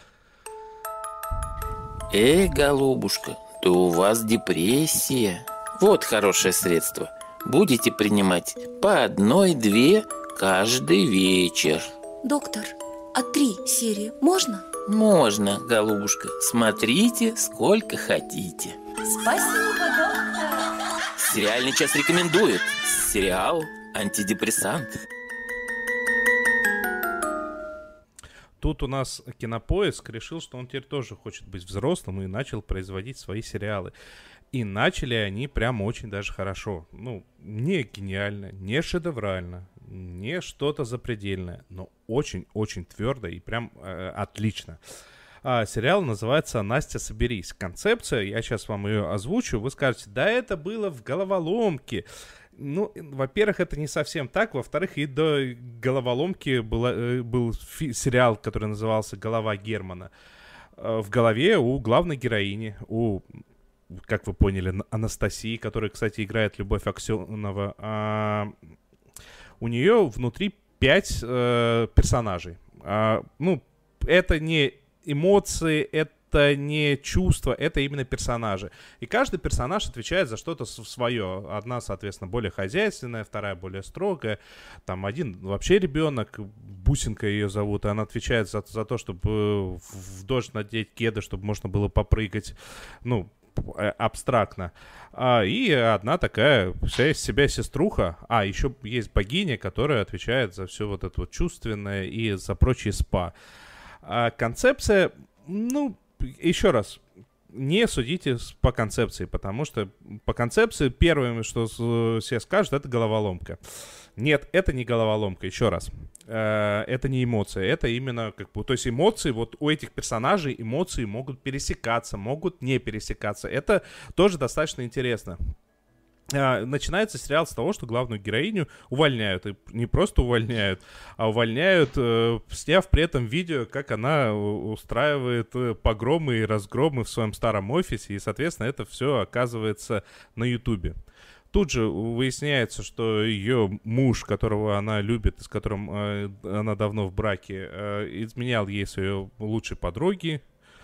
Эй, голубушка, то у вас депрессия. Вот хорошее средство. Будете принимать по одной-две каждый вечер. Доктор, а три серии можно? Можно, голубушка. Смотрите, сколько хотите. Спасибо, доктор. Сериальный час рекомендует. Сериал «Антидепрессант». Тут у нас Кинопоиск решил, что он теперь тоже хочет быть взрослым и начал производить свои сериалы. И начали они прям очень даже хорошо. Ну, не гениально, не шедеврально, не что-то запредельное, но очень-очень твердо и прям э, отлично. А, сериал называется «Настя, соберись». Концепция, я сейчас вам ее озвучу, вы скажете, да это было в головоломке. Ну, во-первых, это не совсем так. Во-вторых, и до головоломки была, э, был фи- сериал, который назывался «Голова Германа». Э, в голове у главной героини, у как вы поняли, Анастасии, которая, кстати, играет Любовь Аксенова, а, у нее внутри пять э, персонажей. А, ну, это не эмоции, это не чувства, это именно персонажи. И каждый персонаж отвечает за что-то свое. Одна, соответственно, более хозяйственная, вторая более строгая. Там один вообще ребенок, Бусинка ее зовут, и она отвечает за, за то, чтобы в дождь надеть кеды, чтобы можно было попрыгать. Ну, абстрактно. А, и одна такая вся из себя сеструха. А, еще есть богиня, которая отвечает за все вот это вот чувственное и за прочие спа. А концепция, ну, еще раз, не судите по концепции, потому что по концепции первое, что все скажут, это головоломка. Нет, это не головоломка, еще раз. Это не эмоции, это именно как бы, то есть эмоции, вот у этих персонажей эмоции могут пересекаться, могут не пересекаться. Это тоже достаточно интересно. Начинается сериал с того, что главную героиню увольняют. И не просто увольняют, а увольняют, сняв при этом видео, как она устраивает погромы и разгромы в своем старом офисе. И, соответственно, это все оказывается на Ютубе. Тут же выясняется, что ее муж, которого она любит, с которым э, она давно в браке, э, изменял ей с ее лучшей подруги.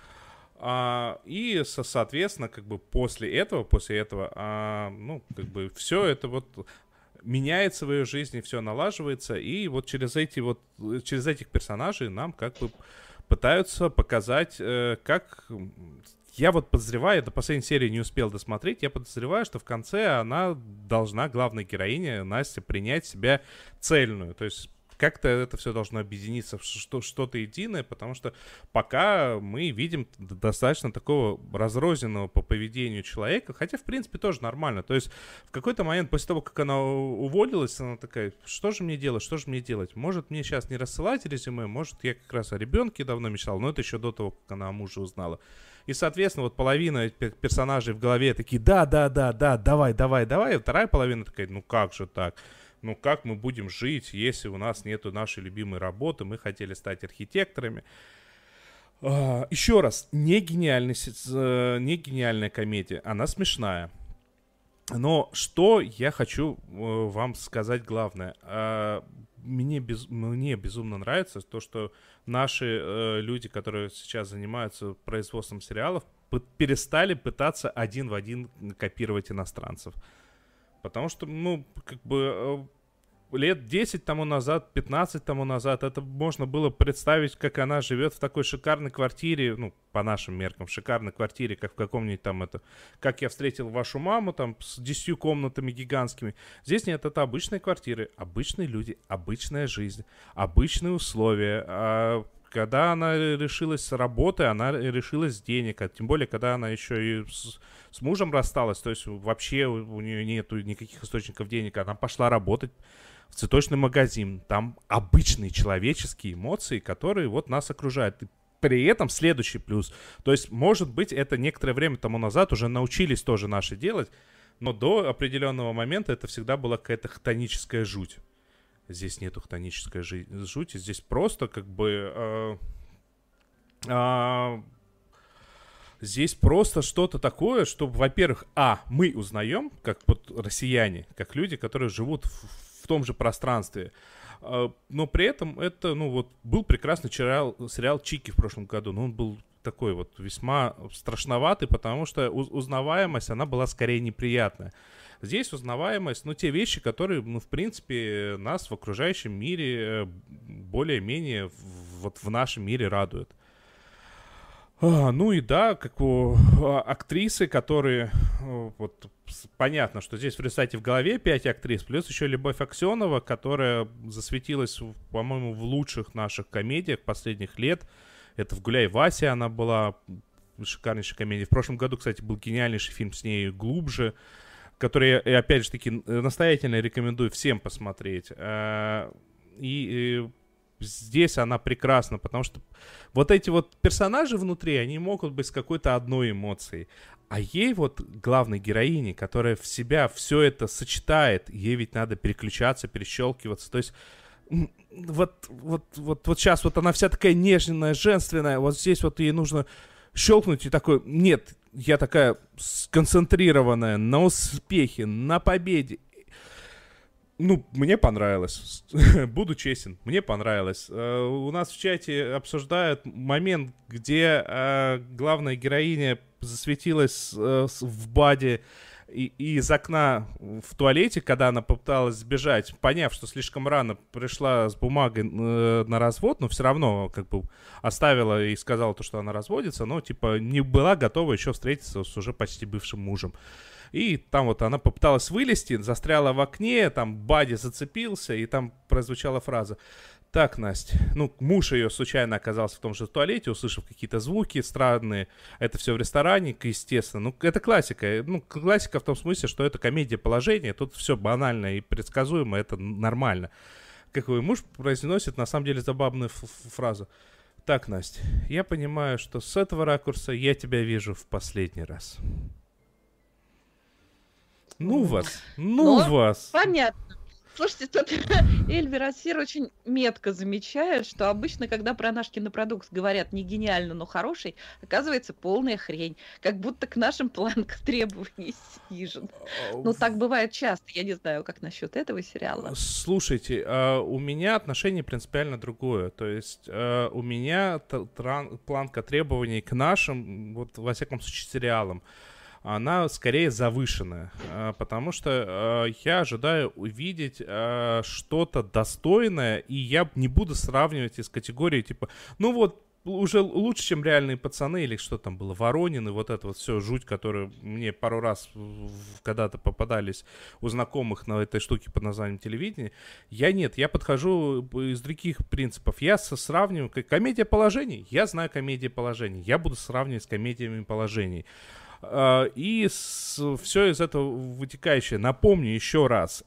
А, и, со, соответственно, как бы после этого, после этого, а, ну, как бы все это вот меняется в ее жизни, все налаживается. И вот через эти вот, через этих персонажей нам как бы пытаются показать, э, как... Я вот подозреваю, до последней серии не успел досмотреть, я подозреваю, что в конце она должна, главная героиня, Настя, принять себя цельную. То есть как-то это все должно объединиться в что- что-то единое, потому что пока мы видим достаточно такого разрозненного по поведению человека, хотя, в принципе, тоже нормально. То есть в какой-то момент, после того, как она уволилась, она такая, что же мне делать, что же мне делать? Может, мне сейчас не рассылать резюме, может, я как раз о ребенке давно мечтал, но это еще до того, как она о муже узнала. И, соответственно, вот половина персонажей в голове такие, да, да, да, да, давай, давай, давай. И вторая половина такая, ну как же так? Ну как мы будем жить, если у нас нету нашей любимой работы, мы хотели стать архитекторами. А, еще раз, не, гениальный, не гениальная комедия, она смешная. Но что я хочу вам сказать главное. Мне, без, мне безумно нравится то, что наши э, люди, которые сейчас занимаются производством сериалов, п- перестали пытаться один в один копировать иностранцев. Потому что, ну, как бы э, лет десять тому назад, пятнадцать тому назад это можно было представить, как она живет в такой шикарной квартире, ну, по нашим меркам, в шикарной квартире, как в каком-нибудь там это, как я встретил вашу маму, там, с десятью комнатами гигантскими. Здесь нет, это обычные квартиры, обычные люди, обычная жизнь, обычные условия. А когда она решилась с работы, она решилась с денег, а тем более, когда она еще и с, с мужем рассталась, то есть вообще у нее нету никаких источников денег, она пошла работать в цветочный магазин. Там обычные человеческие эмоции, которые вот нас окружают. И при этом следующий плюс. То есть, может быть, это некоторое время тому назад уже научились тоже наши делать, но до определенного момента это всегда была какая-то хтоническая жуть. Здесь нету хтонической жи- жути, здесь просто как бы... Э, э, здесь просто что-то такое, что, во-первых, а, мы узнаем, как вот россияне, как люди, которые живут в, в том же пространстве, но при этом это, ну вот, был прекрасный сериал, сериал «Чики» в прошлом году, но он был такой вот весьма страшноватый, потому что узнаваемость, она была скорее неприятная. Здесь узнаваемость, ну, те вещи, которые, ну, в принципе, нас в окружающем мире более-менее вот в нашем мире радуют. А, ну и да, как у актрисы, которые, вот, понятно, что здесь, представьте, в голове пять актрис, плюс еще Любовь Аксенова, которая засветилась, по-моему, в лучших наших комедиях последних лет. Это в «Гуляй, Вася» она была, шикарнейшая комедия. В прошлом году, кстати, был гениальнейший фильм с ней «Глубже», который я, опять же таки, настоятельно рекомендую всем посмотреть. И, и здесь она прекрасна, потому что вот эти вот персонажи внутри, они могут быть с какой-то одной эмоцией. А ей вот, главной героине, которая в себя все это сочетает, ей ведь надо переключаться, перещелкиваться. То есть вот, вот, вот, вот сейчас вот она вся такая нежная, женственная, вот здесь вот ей нужно щелкнуть и такой, нет, я такая сконцентрированная на успехе, на победе. Ну, мне понравилось. Буду честен, мне понравилось. Uh, у нас в чате обсуждают момент, где uh, главная героиня засветилась uh, в баде и, и из окна в туалете, когда она попыталась сбежать, поняв, что слишком рано пришла с бумагой uh, на развод, но все равно как бы оставила и сказала то, что она разводится, но типа не была готова еще встретиться с уже почти бывшим мужем. И там вот она попыталась вылезти, застряла в окне, там Бадди зацепился, и там прозвучала фраза: «Так, Настя», ну, муж ее случайно оказался в том же туалете, услышав какие-то звуки странные, это все в ресторане, естественно, ну, это классика, ну, классика в том смысле, что это комедия положения, тут все банально и предсказуемо, это нормально. Какой муж произносит, на самом деле, забавную фразу: «Так, Настя, я понимаю, что с этого ракурса я тебя вижу в последний раз». Ну вас, ну Но вас. Понятно. Слушайте, тут Эльвир Асир очень метко замечает, что обычно, когда про наш кинопродукт говорят не гениально, но хороший, оказывается полная хрень. Как будто к нашим планкам требований снижен. Ну, так бывает часто. Я не знаю, как насчет этого сериала. Слушайте, у меня отношение принципиально другое. То есть у меня планка требований к нашим, вот во всяком случае, сериалам, она скорее завышенная, потому что я ожидаю увидеть что-то достойное, и я не буду сравнивать из категории типа, ну вот, уже лучше, чем «Реальные пацаны», или что там было, «Воронины», вот это вот все жуть, которая мне пару раз когда-то попадались у знакомых на этой штуке под названием телевидение. Я нет, я подхожу из других принципов. Я сравниваю, комедия положений, я знаю комедии положений, я буду сравнивать с комедиями положений. И с, все из этого вытекающее. Напомню еще раз,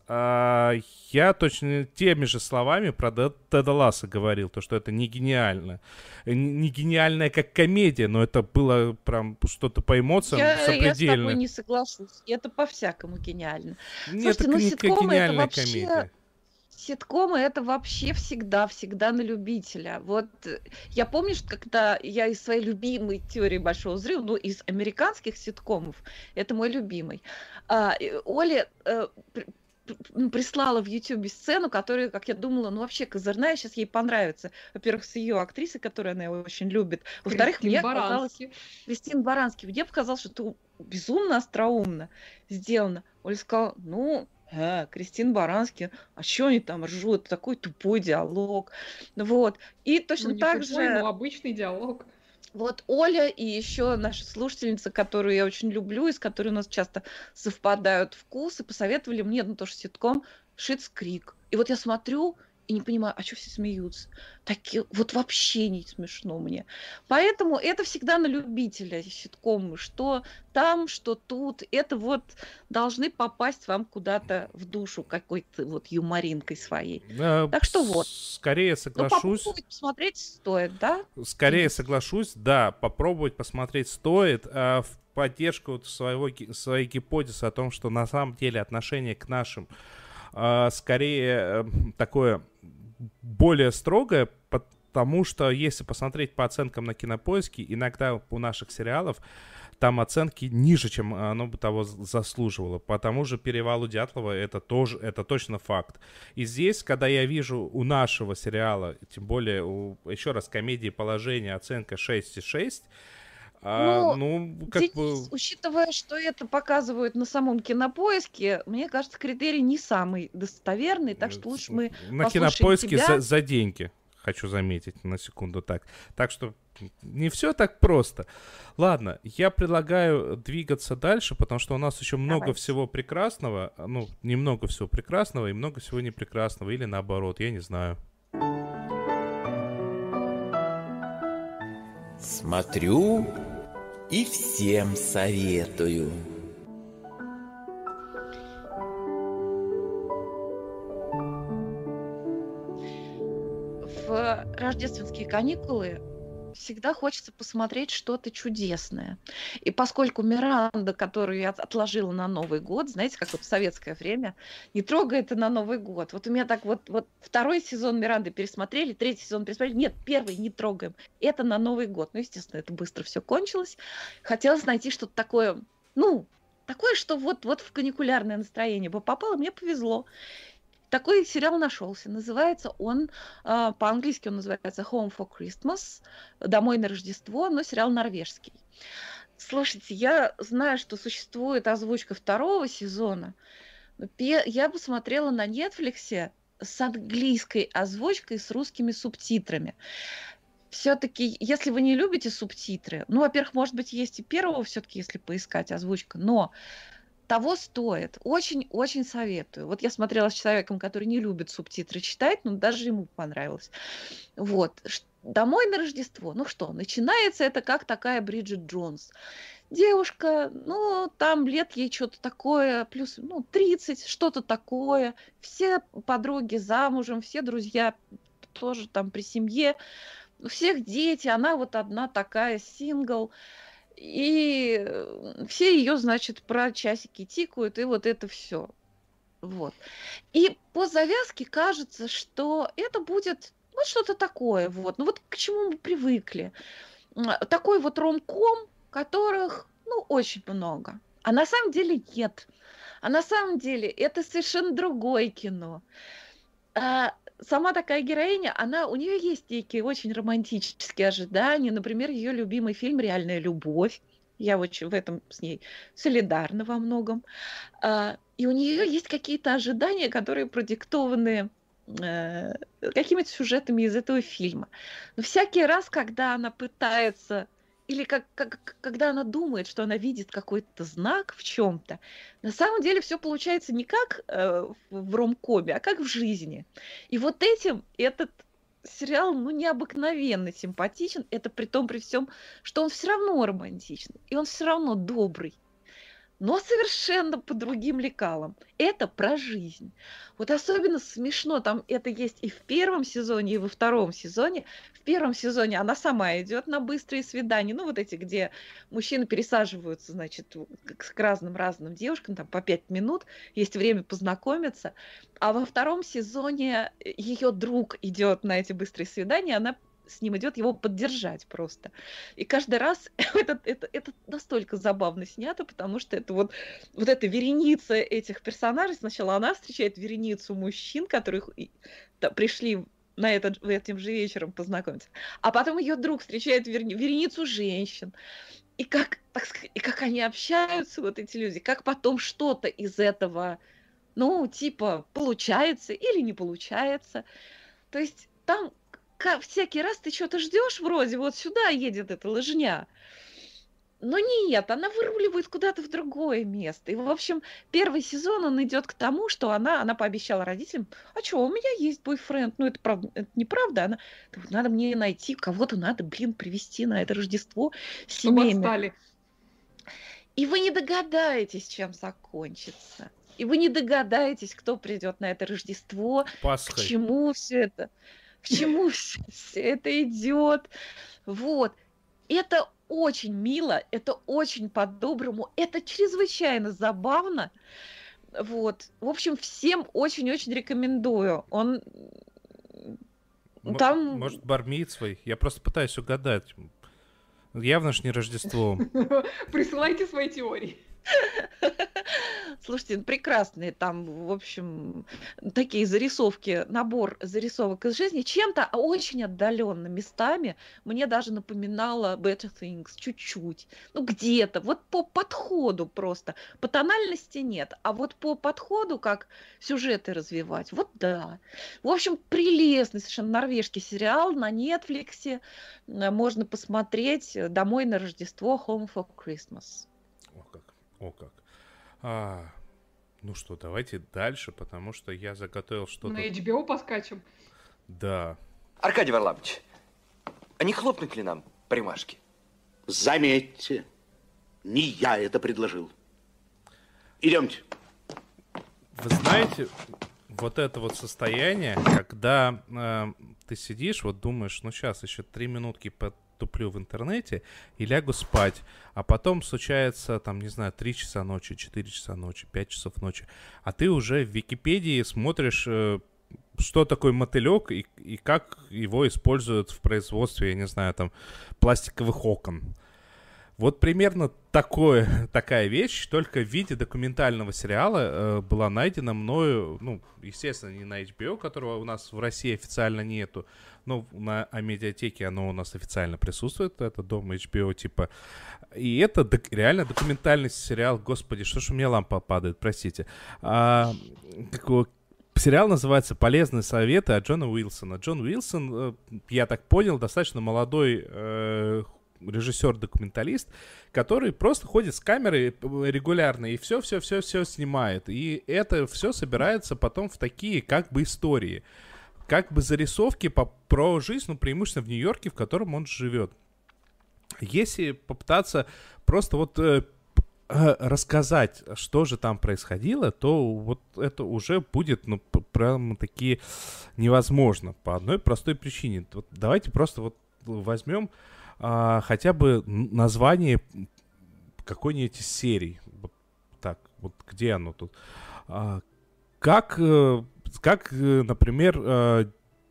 я точно теми же словами про Теда Лассо говорил, то, что это не гениально. Не гениальная как комедия, но это было прям что-то по эмоциям я, сопредельно. Я с тобой не соглашусь. Это по-всякому гениально. Нет, Слушайте, это ну не ситкомы это вообще... комедия. Ситкомы это вообще всегда, всегда на любителя. Вот я помню, что когда я из своей любимой теории большого взрыва, ну, из американских ситкомов, это мой любимый, а, Оля а, прислала в Ютубе сцену, которая, как я думала, ну, вообще козырная, сейчас ей понравится. Во-первых, с ее актрисой, которую она очень любит. Во-вторых, мне показалось... Кристина Барански. Мне показалось, что это безумно остроумно сделано. Оля сказала, ну... А, Кристина Барански, а что они там ржут? Такой тупой диалог. Вот. И точно ну, так тупой, же... но обычный диалог. Вот Оля и еще наша слушательница, которую я очень люблю, и с которой у нас часто совпадают вкусы, посоветовали мне, ну, тоже ситком «Шитс Крик». И вот я смотрю и не понимаю, а что все смеются? Таки, вот вообще не смешно мне. Поэтому это всегда на любителя ситкомы. Что там, что тут. Это вот должны попасть вам куда-то в душу какой-то вот юморинкой своей. А, так что вот. Скорее соглашусь. Ну, попробовать посмотреть стоит, да? Скорее соглашусь, да. Попробовать посмотреть стоит. А в поддержку своего, своей гипотезы о том, что на самом деле отношение к нашим а, скорее такое более строгое, потому что если посмотреть по оценкам на Кинопоиске, иногда у наших сериалов там оценки ниже, чем оно бы того заслуживало. По тому же «Перевалу Дятлова» это тоже, это точно факт. И здесь, когда я вижу у нашего сериала, тем более, у, еще раз, комедии «Положение» оценка шесть и шесть, А, ну, ну, как здесь, бы... учитывая, что это показывают на самом Кинопоиске, мне кажется, критерий не самый достоверный, так что лучше мы на Кинопоиске тебя. За, за деньги, хочу заметить, на секунду так. Так что не все так просто. Ладно, я предлагаю двигаться дальше, потому что у нас еще много Давайте. всего прекрасного, ну, немного всего прекрасного и много всего непрекрасного, или наоборот, я не знаю. Смотрю и всем советую. В рождественские каникулы всегда хочется посмотреть что-то чудесное. И поскольку Миранда, которую я отложила на Новый год, знаете, как вот в советское время, не трогай это на Новый год. Вот у меня так вот, вот второй сезон Миранды пересмотрели, третий сезон пересмотрели. Нет, первый не трогаем. Это на Новый год. Ну, естественно, это быстро все кончилось. Хотелось найти что-то такое, ну, такое, что вот, вот в каникулярное настроение бы попало, мне повезло. Такой сериал нашелся. Называется он, э, по-английски он называется Home for Christmas, «Домой на Рождество», но сериал норвежский. Слушайте, я знаю, что существует озвучка второго сезона. Но я посмотрела на Netflix с английской озвучкой, с русскими субтитрами. Все-таки, если вы не любите субтитры, ну, во-первых, может быть, есть и первого все-таки, если поискать озвучка, но того стоит. Очень-очень советую. Вот я смотрела с человеком, который не любит субтитры читать, но даже ему понравилось. Вот. «Домой на Рождество». Ну что, начинается это как такая Бриджит Джонс. Девушка, ну, там лет ей что-то такое, плюс, ну, тридцать, что-то такое. Все подруги замужем, все друзья тоже там при семье. У всех дети, она вот одна такая, сингл. И все ее, значит, про часики тикают, и вот это все. Вот. И по завязке кажется, что это будет ну, что-то такое. Вот. Ну вот к чему мы привыкли. Такой вот ромком, которых, ну, очень много. А на самом деле нет. А на самом деле это совершенно другое кино. А сама такая героиня, она, у нее есть некие очень романтические ожидания. Например, ее любимый фильм «Реальная любовь». Я очень в этом с ней солидарна во многом. И у нее есть какие-то ожидания, которые продиктованы э, какими-то сюжетами из этого фильма. Но всякий раз, когда она пытается, или как, как, когда она думает, что она видит какой-то знак в чем-то, на самом деле все получается не как э, в ромкоме, а как в жизни. И вот этим этот сериал, ну, необыкновенно симпатичен. Это при том, при всем, что он все равно романтичный. И он все равно добрый. Но совершенно по другим лекалам. Это про жизнь. Вот особенно смешно, там это есть и в первом сезоне, и во втором сезоне. В первом сезоне она сама идет на быстрые свидания, ну вот эти, где мужчины пересаживаются, значит, к разным-разным девушкам, там по пять минут, есть время познакомиться. А во втором сезоне ее друг идет на эти быстрые свидания, она с ним идет его поддержать просто. И каждый раз это, это, это настолько забавно снято, потому что это вот, вот эта вереница этих персонажей. Сначала она встречает вереницу мужчин, которых да, пришли на этот, этим же вечером познакомиться. А потом ее друг встречает верни, вереницу женщин. И как, так сказать, и как они общаются, вот эти люди, как потом что-то из этого, ну, типа, получается или не получается. То есть там как, всякий раз ты что-то ждешь вроде, вот сюда едет эта лыжня. Но нет, она выруливает куда-то в другое место. И, в общем, первый сезон, он идет к тому, что она, она пообещала родителям, а что, у меня есть бойфренд. Ну, это, правда, это неправда. Она, надо мне найти, кого-то надо, блин, привезти на это Рождество семейное. И вы не догадаетесь, чем закончится. И вы не догадаетесь, кто придет на это Рождество, Пасхой. К чему все это. К чему все это идет? Вот. Это очень мило, это очень по-доброму, это чрезвычайно забавно. Вот. В общем, всем очень-очень рекомендую. Он М- там... Может, бар-мицвой? Я просто пытаюсь угадать. Явно ж не Рождество. Присылайте свои теории. Слушайте, прекрасные там, в общем, такие зарисовки, набор зарисовок из жизни. Чем-то очень отдаленно местами мне даже напоминало Better Things чуть-чуть. Ну, где-то, вот по подходу просто. По тональности нет, а вот по подходу, как сюжеты развивать, вот да. В общем, прелестный совершенно норвежский сериал на Netflix. Можно посмотреть «Домой на Рождество», Home for Christmas. О как, о как. А, ну что, давайте дальше, потому что я заготовил что-то... На эйч би о поскачем? Да. Аркадий Варламович, а не хлопнуть ли нам примашки? Заметьте, не я это предложил. Идемте. Вы знаете, вот это вот состояние, когда э, ты сидишь, вот думаешь, ну сейчас еще три минутки потуплю в интернете и лягу спать, а потом случается, там, не знаю, три часа ночи, четыре часа ночи, пять часов ночи, а ты уже в Википедии смотришь, э, что такое мотылек и, и как его используют в производстве, я не знаю, там, пластиковых окон. Вот примерно такое, такая вещь, только в виде документального сериала э, была найдена мною, ну, естественно, не на эйч би о, которого у нас в России официально нету, но на Амедиатеке оно у нас официально присутствует, это дом эйч би о типа. И это док- реально документальный сериал, господи, что ж у меня лампа падает, простите. А, какого, сериал называется «Полезные советы» от Джона Уилсона. Джон Уилсон, э, я так понял, достаточно молодой э, режиссер-документалист, который просто ходит с камерой регулярно и все-все-все-все снимает. И это все собирается потом в такие как бы истории, как бы зарисовки по, про жизнь, ну, преимущественно в Нью-Йорке, в котором он живет. Если попытаться просто вот э, э, рассказать, что же там происходило, то вот это уже будет, ну, прямо таки невозможно по одной простой причине. Вот давайте просто вот возьмем А, хотя бы название какой-нибудь из серий. Вот так, вот где оно тут? А, как, как, например, а,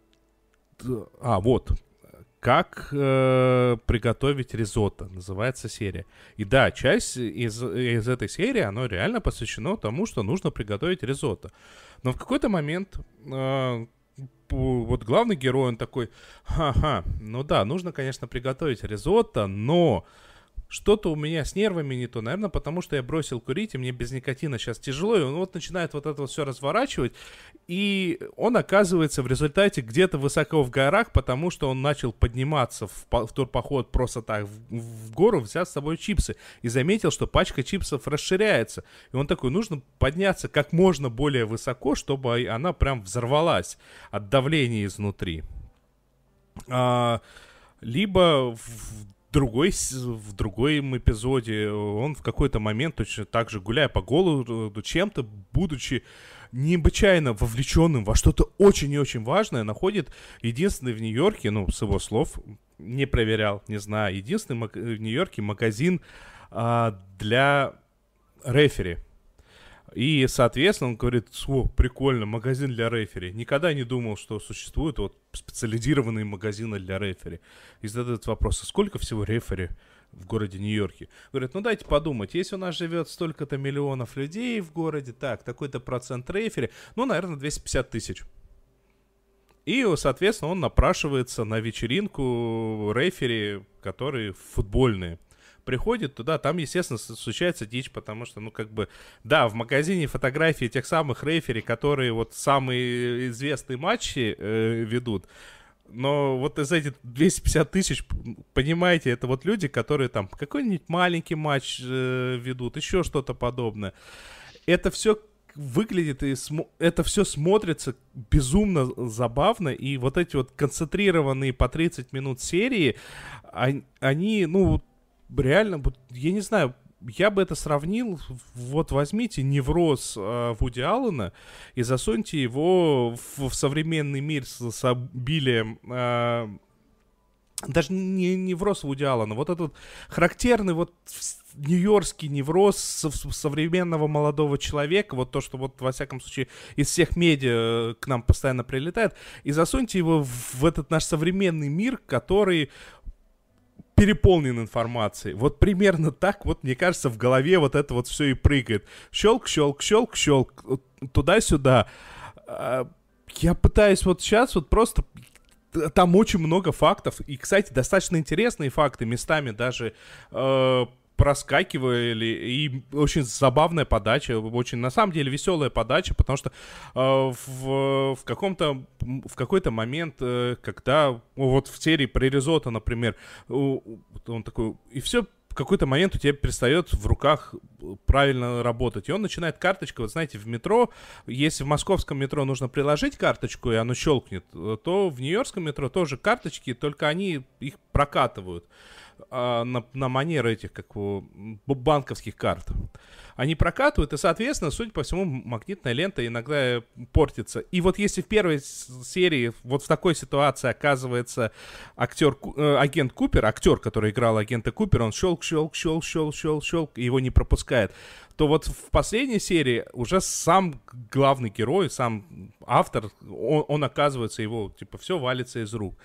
а вот, как э, приготовить ризотто, называется серия. И да, часть из, из этой серии, она реально посвящена тому, что нужно приготовить ризотто. Но в какой-то момент э, вот главный герой, он такой, ха-ха, ну да, нужно, конечно, приготовить ризотто, но что-то у меня с нервами не то, наверное, потому что я бросил курить, и мне без никотина сейчас тяжело, и он вот начинает вот это вот все разворачивать, и он оказывается в результате где-то высоко в горах, потому что он начал подниматься в, в турпоход просто так в, в гору, взяв с собой чипсы, и заметил, что пачка чипсов расширяется, и он такой, нужно подняться как можно более высоко, чтобы она прям взорвалась от давления изнутри. А, либо в Другой, в другом эпизоде он в какой-то момент, точно так же гуляя по городу, чем-то, будучи необычайно вовлеченным во что-то очень и очень важное, находит единственный в Нью-Йорке, ну, с его слов, не проверял, не знаю, единственный в Нью-Йорке магазин а, для рефери. И, соответственно, он говорит, о, прикольно, магазин для рефери. Никогда не думал, что существуют вот специализированные магазины для рефери. И задает вопрос, а сколько всего рефери в городе Нью-Йорке? Говорит, ну дайте подумать, если у нас живет столько-то миллионов людей в городе, так, такой-то процент рефери, ну, наверное, двести пятьдесят тысяч. И, соответственно, он напрашивается на вечеринку рефери, которые футбольные. Приходит туда, там, естественно, случается дичь, потому что, ну, как бы, да, в магазине фотографии тех самых рефери, которые вот самые известные матчи э, ведут, но вот из этих двухсот пятидесяти тысяч, понимаете, это вот люди, которые там какой-нибудь маленький матч э, ведут, еще что-то подобное. Это все выглядит и см- это все смотрится безумно забавно, и вот эти вот концентрированные по тридцать минут серии, они, они ну, реально, я не знаю, я бы это сравнил, вот возьмите невроз э, Вуди Аллена и засуньте его в, в современный мир с, с обилием, э, даже не невроз Вуди Аллена, вот этот характерный вот нью-йоркский невроз современного молодого человека, вот то, что вот во всяком случае из всех медиа к нам постоянно прилетает, и засуньте его в, в этот наш современный мир, который переполнен информацией. Вот примерно так, вот, мне кажется, в голове вот это вот все и прыгает. Щелк, щелк, щелк, щелк, туда-сюда. Я пытаюсь вот сейчас вот просто... Там очень много фактов. И, кстати, достаточно интересные факты. Местами даже э, проскакивали. И очень забавная подача. Очень, на самом деле, веселая подача. Потому что э, в, в, каком-то, в какой-то момент, э, когда вот в серии про ризотто, например, он такой... И все... В какой-то момент у тебя перестает в руках правильно работать. И он начинает карточкой, вот знаете, в метро, если в московском метро нужно приложить карточку, и оно щелкнет, то в нью-йоркском метро тоже карточки, только они, их прокатывают а, на, на манер этих, как у, банковских карт. Они прокатывают, и, соответственно, судя по всему, магнитная лента иногда портится. И вот если в первой серии вот в такой ситуации оказывается актер, э, агент Купер, актер, который играл агента Купера, он щелк, щелк, щелк, щелк, щелк, щелк, и его не пропускает, то вот в последней серии уже сам главный герой, сам автор, он, он оказывается, его, типа, все валится из рук.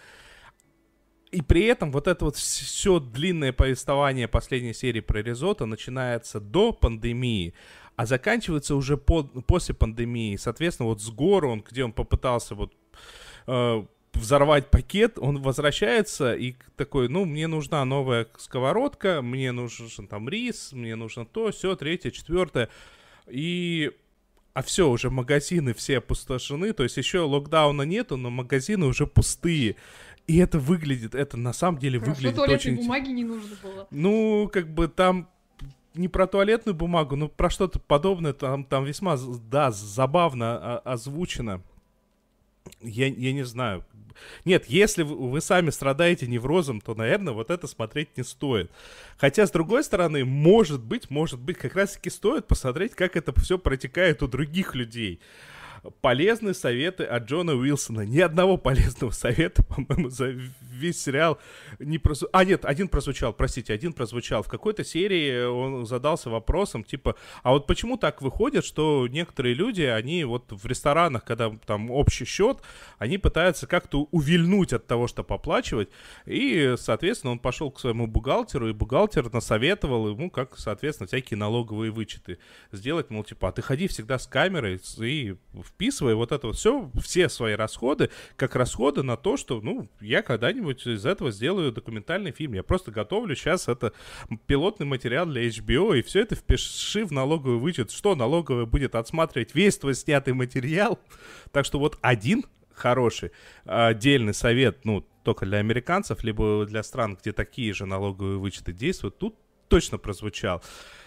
И при этом вот это вот все длинное повествование последней серии про Ризотто начинается до пандемии, а заканчивается уже по, после пандемии. Соответственно, вот с горы, он, где он попытался вот э, взорвать пакет, он возвращается и такой, ну, мне нужна новая сковородка, мне нужен там рис, мне нужно то, все, третье, четвертое. И... А все, уже магазины все опустошены, то есть еще локдауна нету, но магазины уже пустые. И это выглядит, это на самом деле Хорошо, выглядит туалетной очень... бумаги не нужно было. Ну, как бы там не про туалетную бумагу, но про что-то подобное, там, там весьма, да, забавно озвучено. Я, я не знаю. Нет, если вы, вы сами страдаете неврозом, то, наверное, вот это смотреть не стоит. Хотя, с другой стороны, может быть, может быть, как раз-таки стоит посмотреть, как это все протекает у других людей. Полезные советы от Джона Уилсона. Ни одного полезного совета, по-моему, за весь сериал не прозвучал. А, нет, один прозвучал, простите, один прозвучал. В какой-то серии он задался вопросом, типа, а вот почему так выходит, что некоторые люди, они вот в ресторанах, когда там общий счет, они пытаются как-то увильнуть от того, чтобы оплачивать. И, соответственно, он пошел к своему бухгалтеру, и бухгалтер насоветовал ему, как, соответственно, всякие налоговые вычеты сделать. Мол, типа, а ты ходи всегда с камерой и вписывай вот это вот все, все свои расходы, как расходы на то, что, ну, я когда-нибудь из этого сделаю документальный фильм. Я просто готовлю сейчас это пилотный материал для эйч би о, и все это впиши в налоговый вычет. Что налоговая будет отсматривать весь твой снятый материал? Так что вот один хороший отдельный совет, ну, только для американцев, либо для стран, где такие же налоговые вычеты действуют, тут точно прозвучал.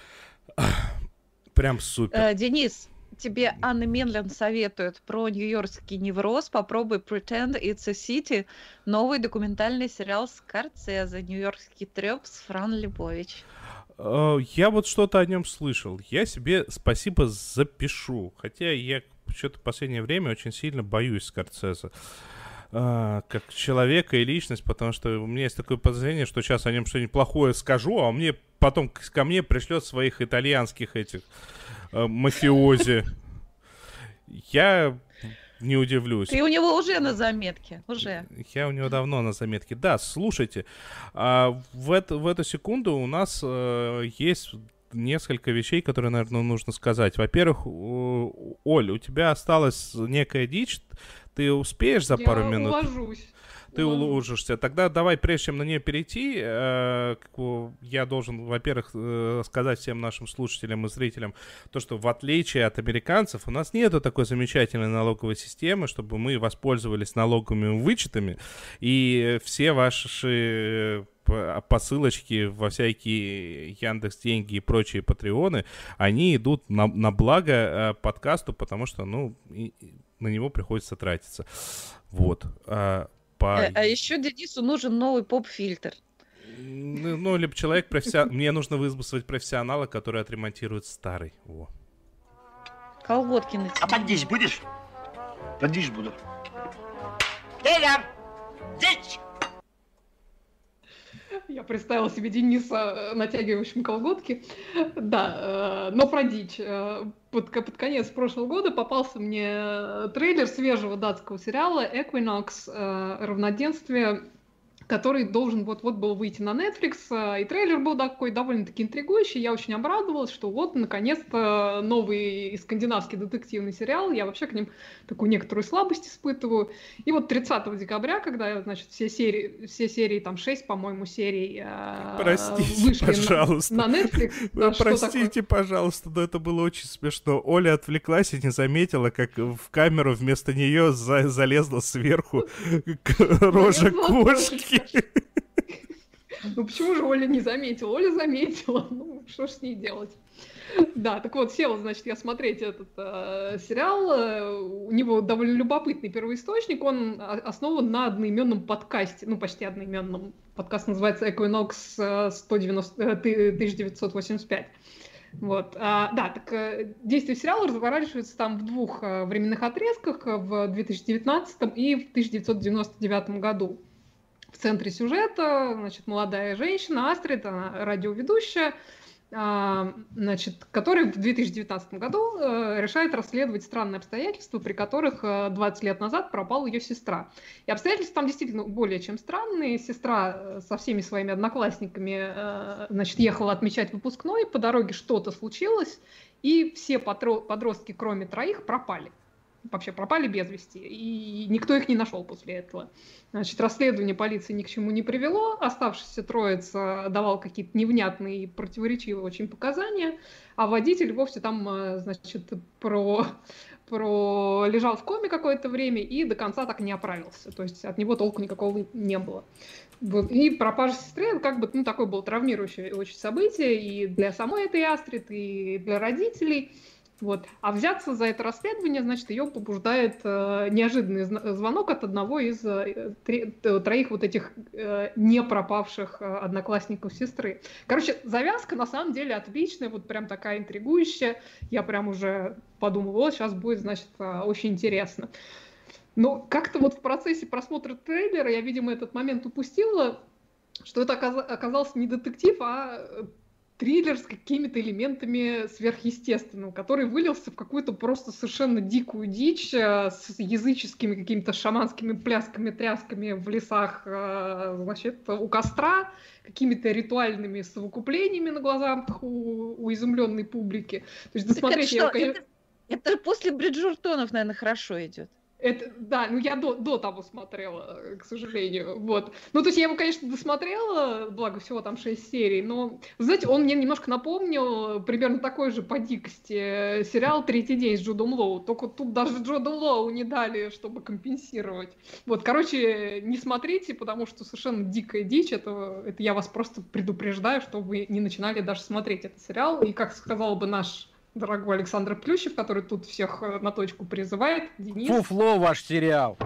Прям супер. Э, Денис, тебе Анна Менлин советует про нью-йоркский невроз. Попробуй Pretend It's a City. Новый документальный сериал Скорсезе. Нью-йоркский трёп с Фран Лебович. Я вот что-то о нем слышал. Я себе спасибо запишу. Хотя я что-то в последнее время очень сильно боюсь Скорсезе. Как человека и личность, потому что у меня есть такое подозрение, что сейчас о нем что-нибудь плохое скажу, а мне потом ко мне пришлет своих итальянских этих э, мафиози. Я не удивлюсь. Ты у него уже на заметке, уже. Я у него давно на заметке. Да, слушайте, а в, это, в эту секунду у нас э, есть несколько вещей, которые, наверное, нужно сказать. Во-первых, у, Оль, у тебя осталась некая дичь. Ты успеешь за Я пару минут? Я уложусь. Ты уложишься. Тогда давай, прежде чем на нее перейти, э, я должен, во-первых, э, сказать всем нашим слушателям и зрителям, то, что в отличие от американцев, у нас нету такой замечательной налоговой системы, чтобы мы воспользовались налоговыми вычетами, и все ваши посылочки во всякие Яндекс.Деньги и прочие патреоны, они идут на, на благо э, подкасту, потому что, ну, и, и на него приходится тратиться. Вот. А, по... а, а еще Денису нужен новый поп-фильтр. Ну, ну либо человек профессионал. Мне нужно вызвать профессионала, который отремонтирует старый. Во. Колготки на тебе. А поддичь будешь? Поддичь буду. Эля! Дичь! Я представила себе Дениса, натягивающим колготки. Да, но про дичь. Под, под конец прошлого года попался мне трейлер свежего датского сериала «Equinox. Равноденствие», который должен вот-вот был выйти на Netflix, и трейлер был такой довольно-таки интригующий, я очень обрадовалась, что вот, наконец-то, новый скандинавский детективный сериал, я вообще к ним такую некоторую слабость испытываю, и вот тридцатого декабря, когда, значит, все серии, все серии, там, шесть, по-моему, серий Простите, вышли пожалуйста. на, на Netflix. Да, простите, пожалуйста, но это было очень смешно. Оля отвлеклась и не заметила, как в камеру вместо нее за- залезла сверху рожа кошки. Ну почему же Оля не заметила? Оля заметила. Ну что ж с ней делать? Да, так вот, села, значит, я смотреть этот э, сериал. Э, У него довольно любопытный первоисточник. Он о- основан на одноименном подкасте, ну, почти одноименном. Подкаст называется Equinox э, сто девяносто, э, ты- тысяча девятьсот восемьдесят пять. Вот. А, да, так э, действие сериала разворачивается там в двух э, временных отрезках, э, в две тысячи девятнадцатом и в тысяча девятьсот девяносто девятом году. В центре сюжета, значит, молодая женщина, Астрид, она радиоведущая, а, значит, которая в две тысячи девятнадцатом году э, решает расследовать странные обстоятельства, при которых э, двадцать лет назад пропала ее сестра. И обстоятельства там действительно более чем странные. Сестра э, со всеми своими одноклассниками э, значит, ехала отмечать выпускной, по дороге что-то случилось, и все потро- подростки, кроме троих, пропали. Вообще пропали без вести, и никто их не нашел после этого. Значит, расследование полиции ни к чему не привело, оставшаяся троица давал какие-то невнятные и противоречивые очень показания, а водитель вовсе там, э, значит, про, про лежал в коме какое-то время и до конца так и не оправился, то есть от него толку никакого не было. Вот. И пропажа сестры, как бы, ну, такое было травмирующее очень событие и для самой этой Астрид, и для родителей. Вот. А взяться за это расследование, значит, ее побуждает э, неожиданный зн- звонок от одного из э, три, э, троих вот этих э, не пропавших э, одноклассников сестры. Короче, завязка на самом деле отличная, вот прям такая интригующая. Я прям уже подумала, вот сейчас будет, значит, э, очень интересно. Но как-то вот в процессе просмотра трейлера я, видимо, этот момент упустила, что это оказ- оказался не детектив, а триллер с какими-то элементами сверхъестественного, который вылился в какую-то просто совершенно дикую дичь э, с языческими какими-то шаманскими плясками, трясками в лесах, э, значит, у костра, какими-то ритуальными совокуплениями на глазах у, у изумленной публики. То есть досмотреть Так я, это, конечно... это, это после Бриджертонов, наверное, хорошо идет. Это, да, ну я до, до того смотрела, к сожалению, вот. Ну, то есть я его, конечно, досмотрела, благо всего там шесть серий, но, знаете, он мне немножко напомнил примерно такой же по дикости сериал «Третий день» с Джудом Лоу, только тут даже Джуду Лоу не дали, чтобы компенсировать. Вот, короче, не смотрите, потому что совершенно дикая дичь, это, это я вас просто предупреждаю, чтобы вы не начинали даже смотреть этот сериал, и, как сказал бы наш дорогой Александр Плющев, который тут всех на точку призывает. Денис. Фуфло ваш сериал.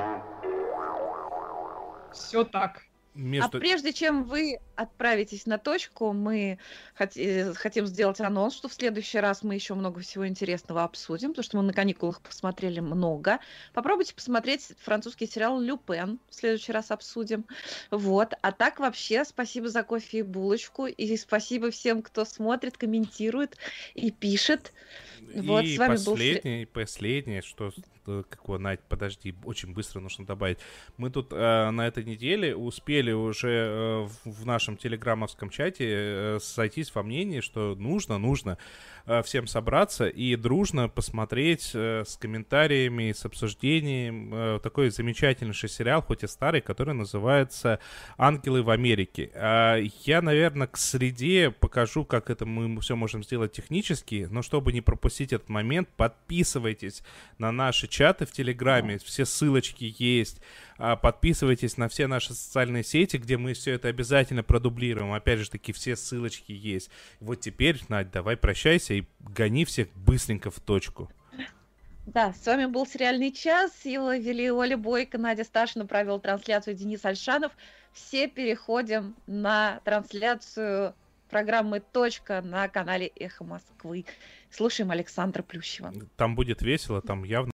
Все так. Между... А прежде чем вы отправитесь на точку, мы хот- хотим сделать анонс, что в следующий раз мы еще много всего интересного обсудим, потому что мы на каникулах посмотрели много. Попробуйте посмотреть французский сериал «Люпен». В следующий раз обсудим. Вот. А так вообще спасибо за кофе и булочку. И спасибо всем, кто смотрит, комментирует и пишет. Вот, и с вами последнее, был... и последнее, что, какого, Надь, подожди, очень быстро нужно добавить. Мы тут э, на этой неделе успели уже э, в, в нашем телеграммовском чате э, сойтись во мнении, что нужно, нужно э, всем собраться и дружно посмотреть э, с комментариями, с обсуждением э, такой замечательнейший сериал, хоть и старый, который называется «Ангелы в Америке». Э, я, наверное, к среде покажу, как это мы все можем сделать технически, но чтобы не пропустить этот момент, подписывайтесь на наши чаты в Телеграме, все ссылочки есть, подписывайтесь на все наши социальные сети, где мы все это обязательно продублируем, опять же таки все ссылочки есть. Вот теперь, Надь, давай прощайся и гони всех быстренько в точку. Да, с вами был «Сериальный час», его вели Оля Бойко, Надя Сташина, провел трансляцию Денис Альшанов. Все переходим на трансляцию программы «Точка» на канале «Эхо Москвы». Слушаем Александра Плющева. Там будет весело, там явно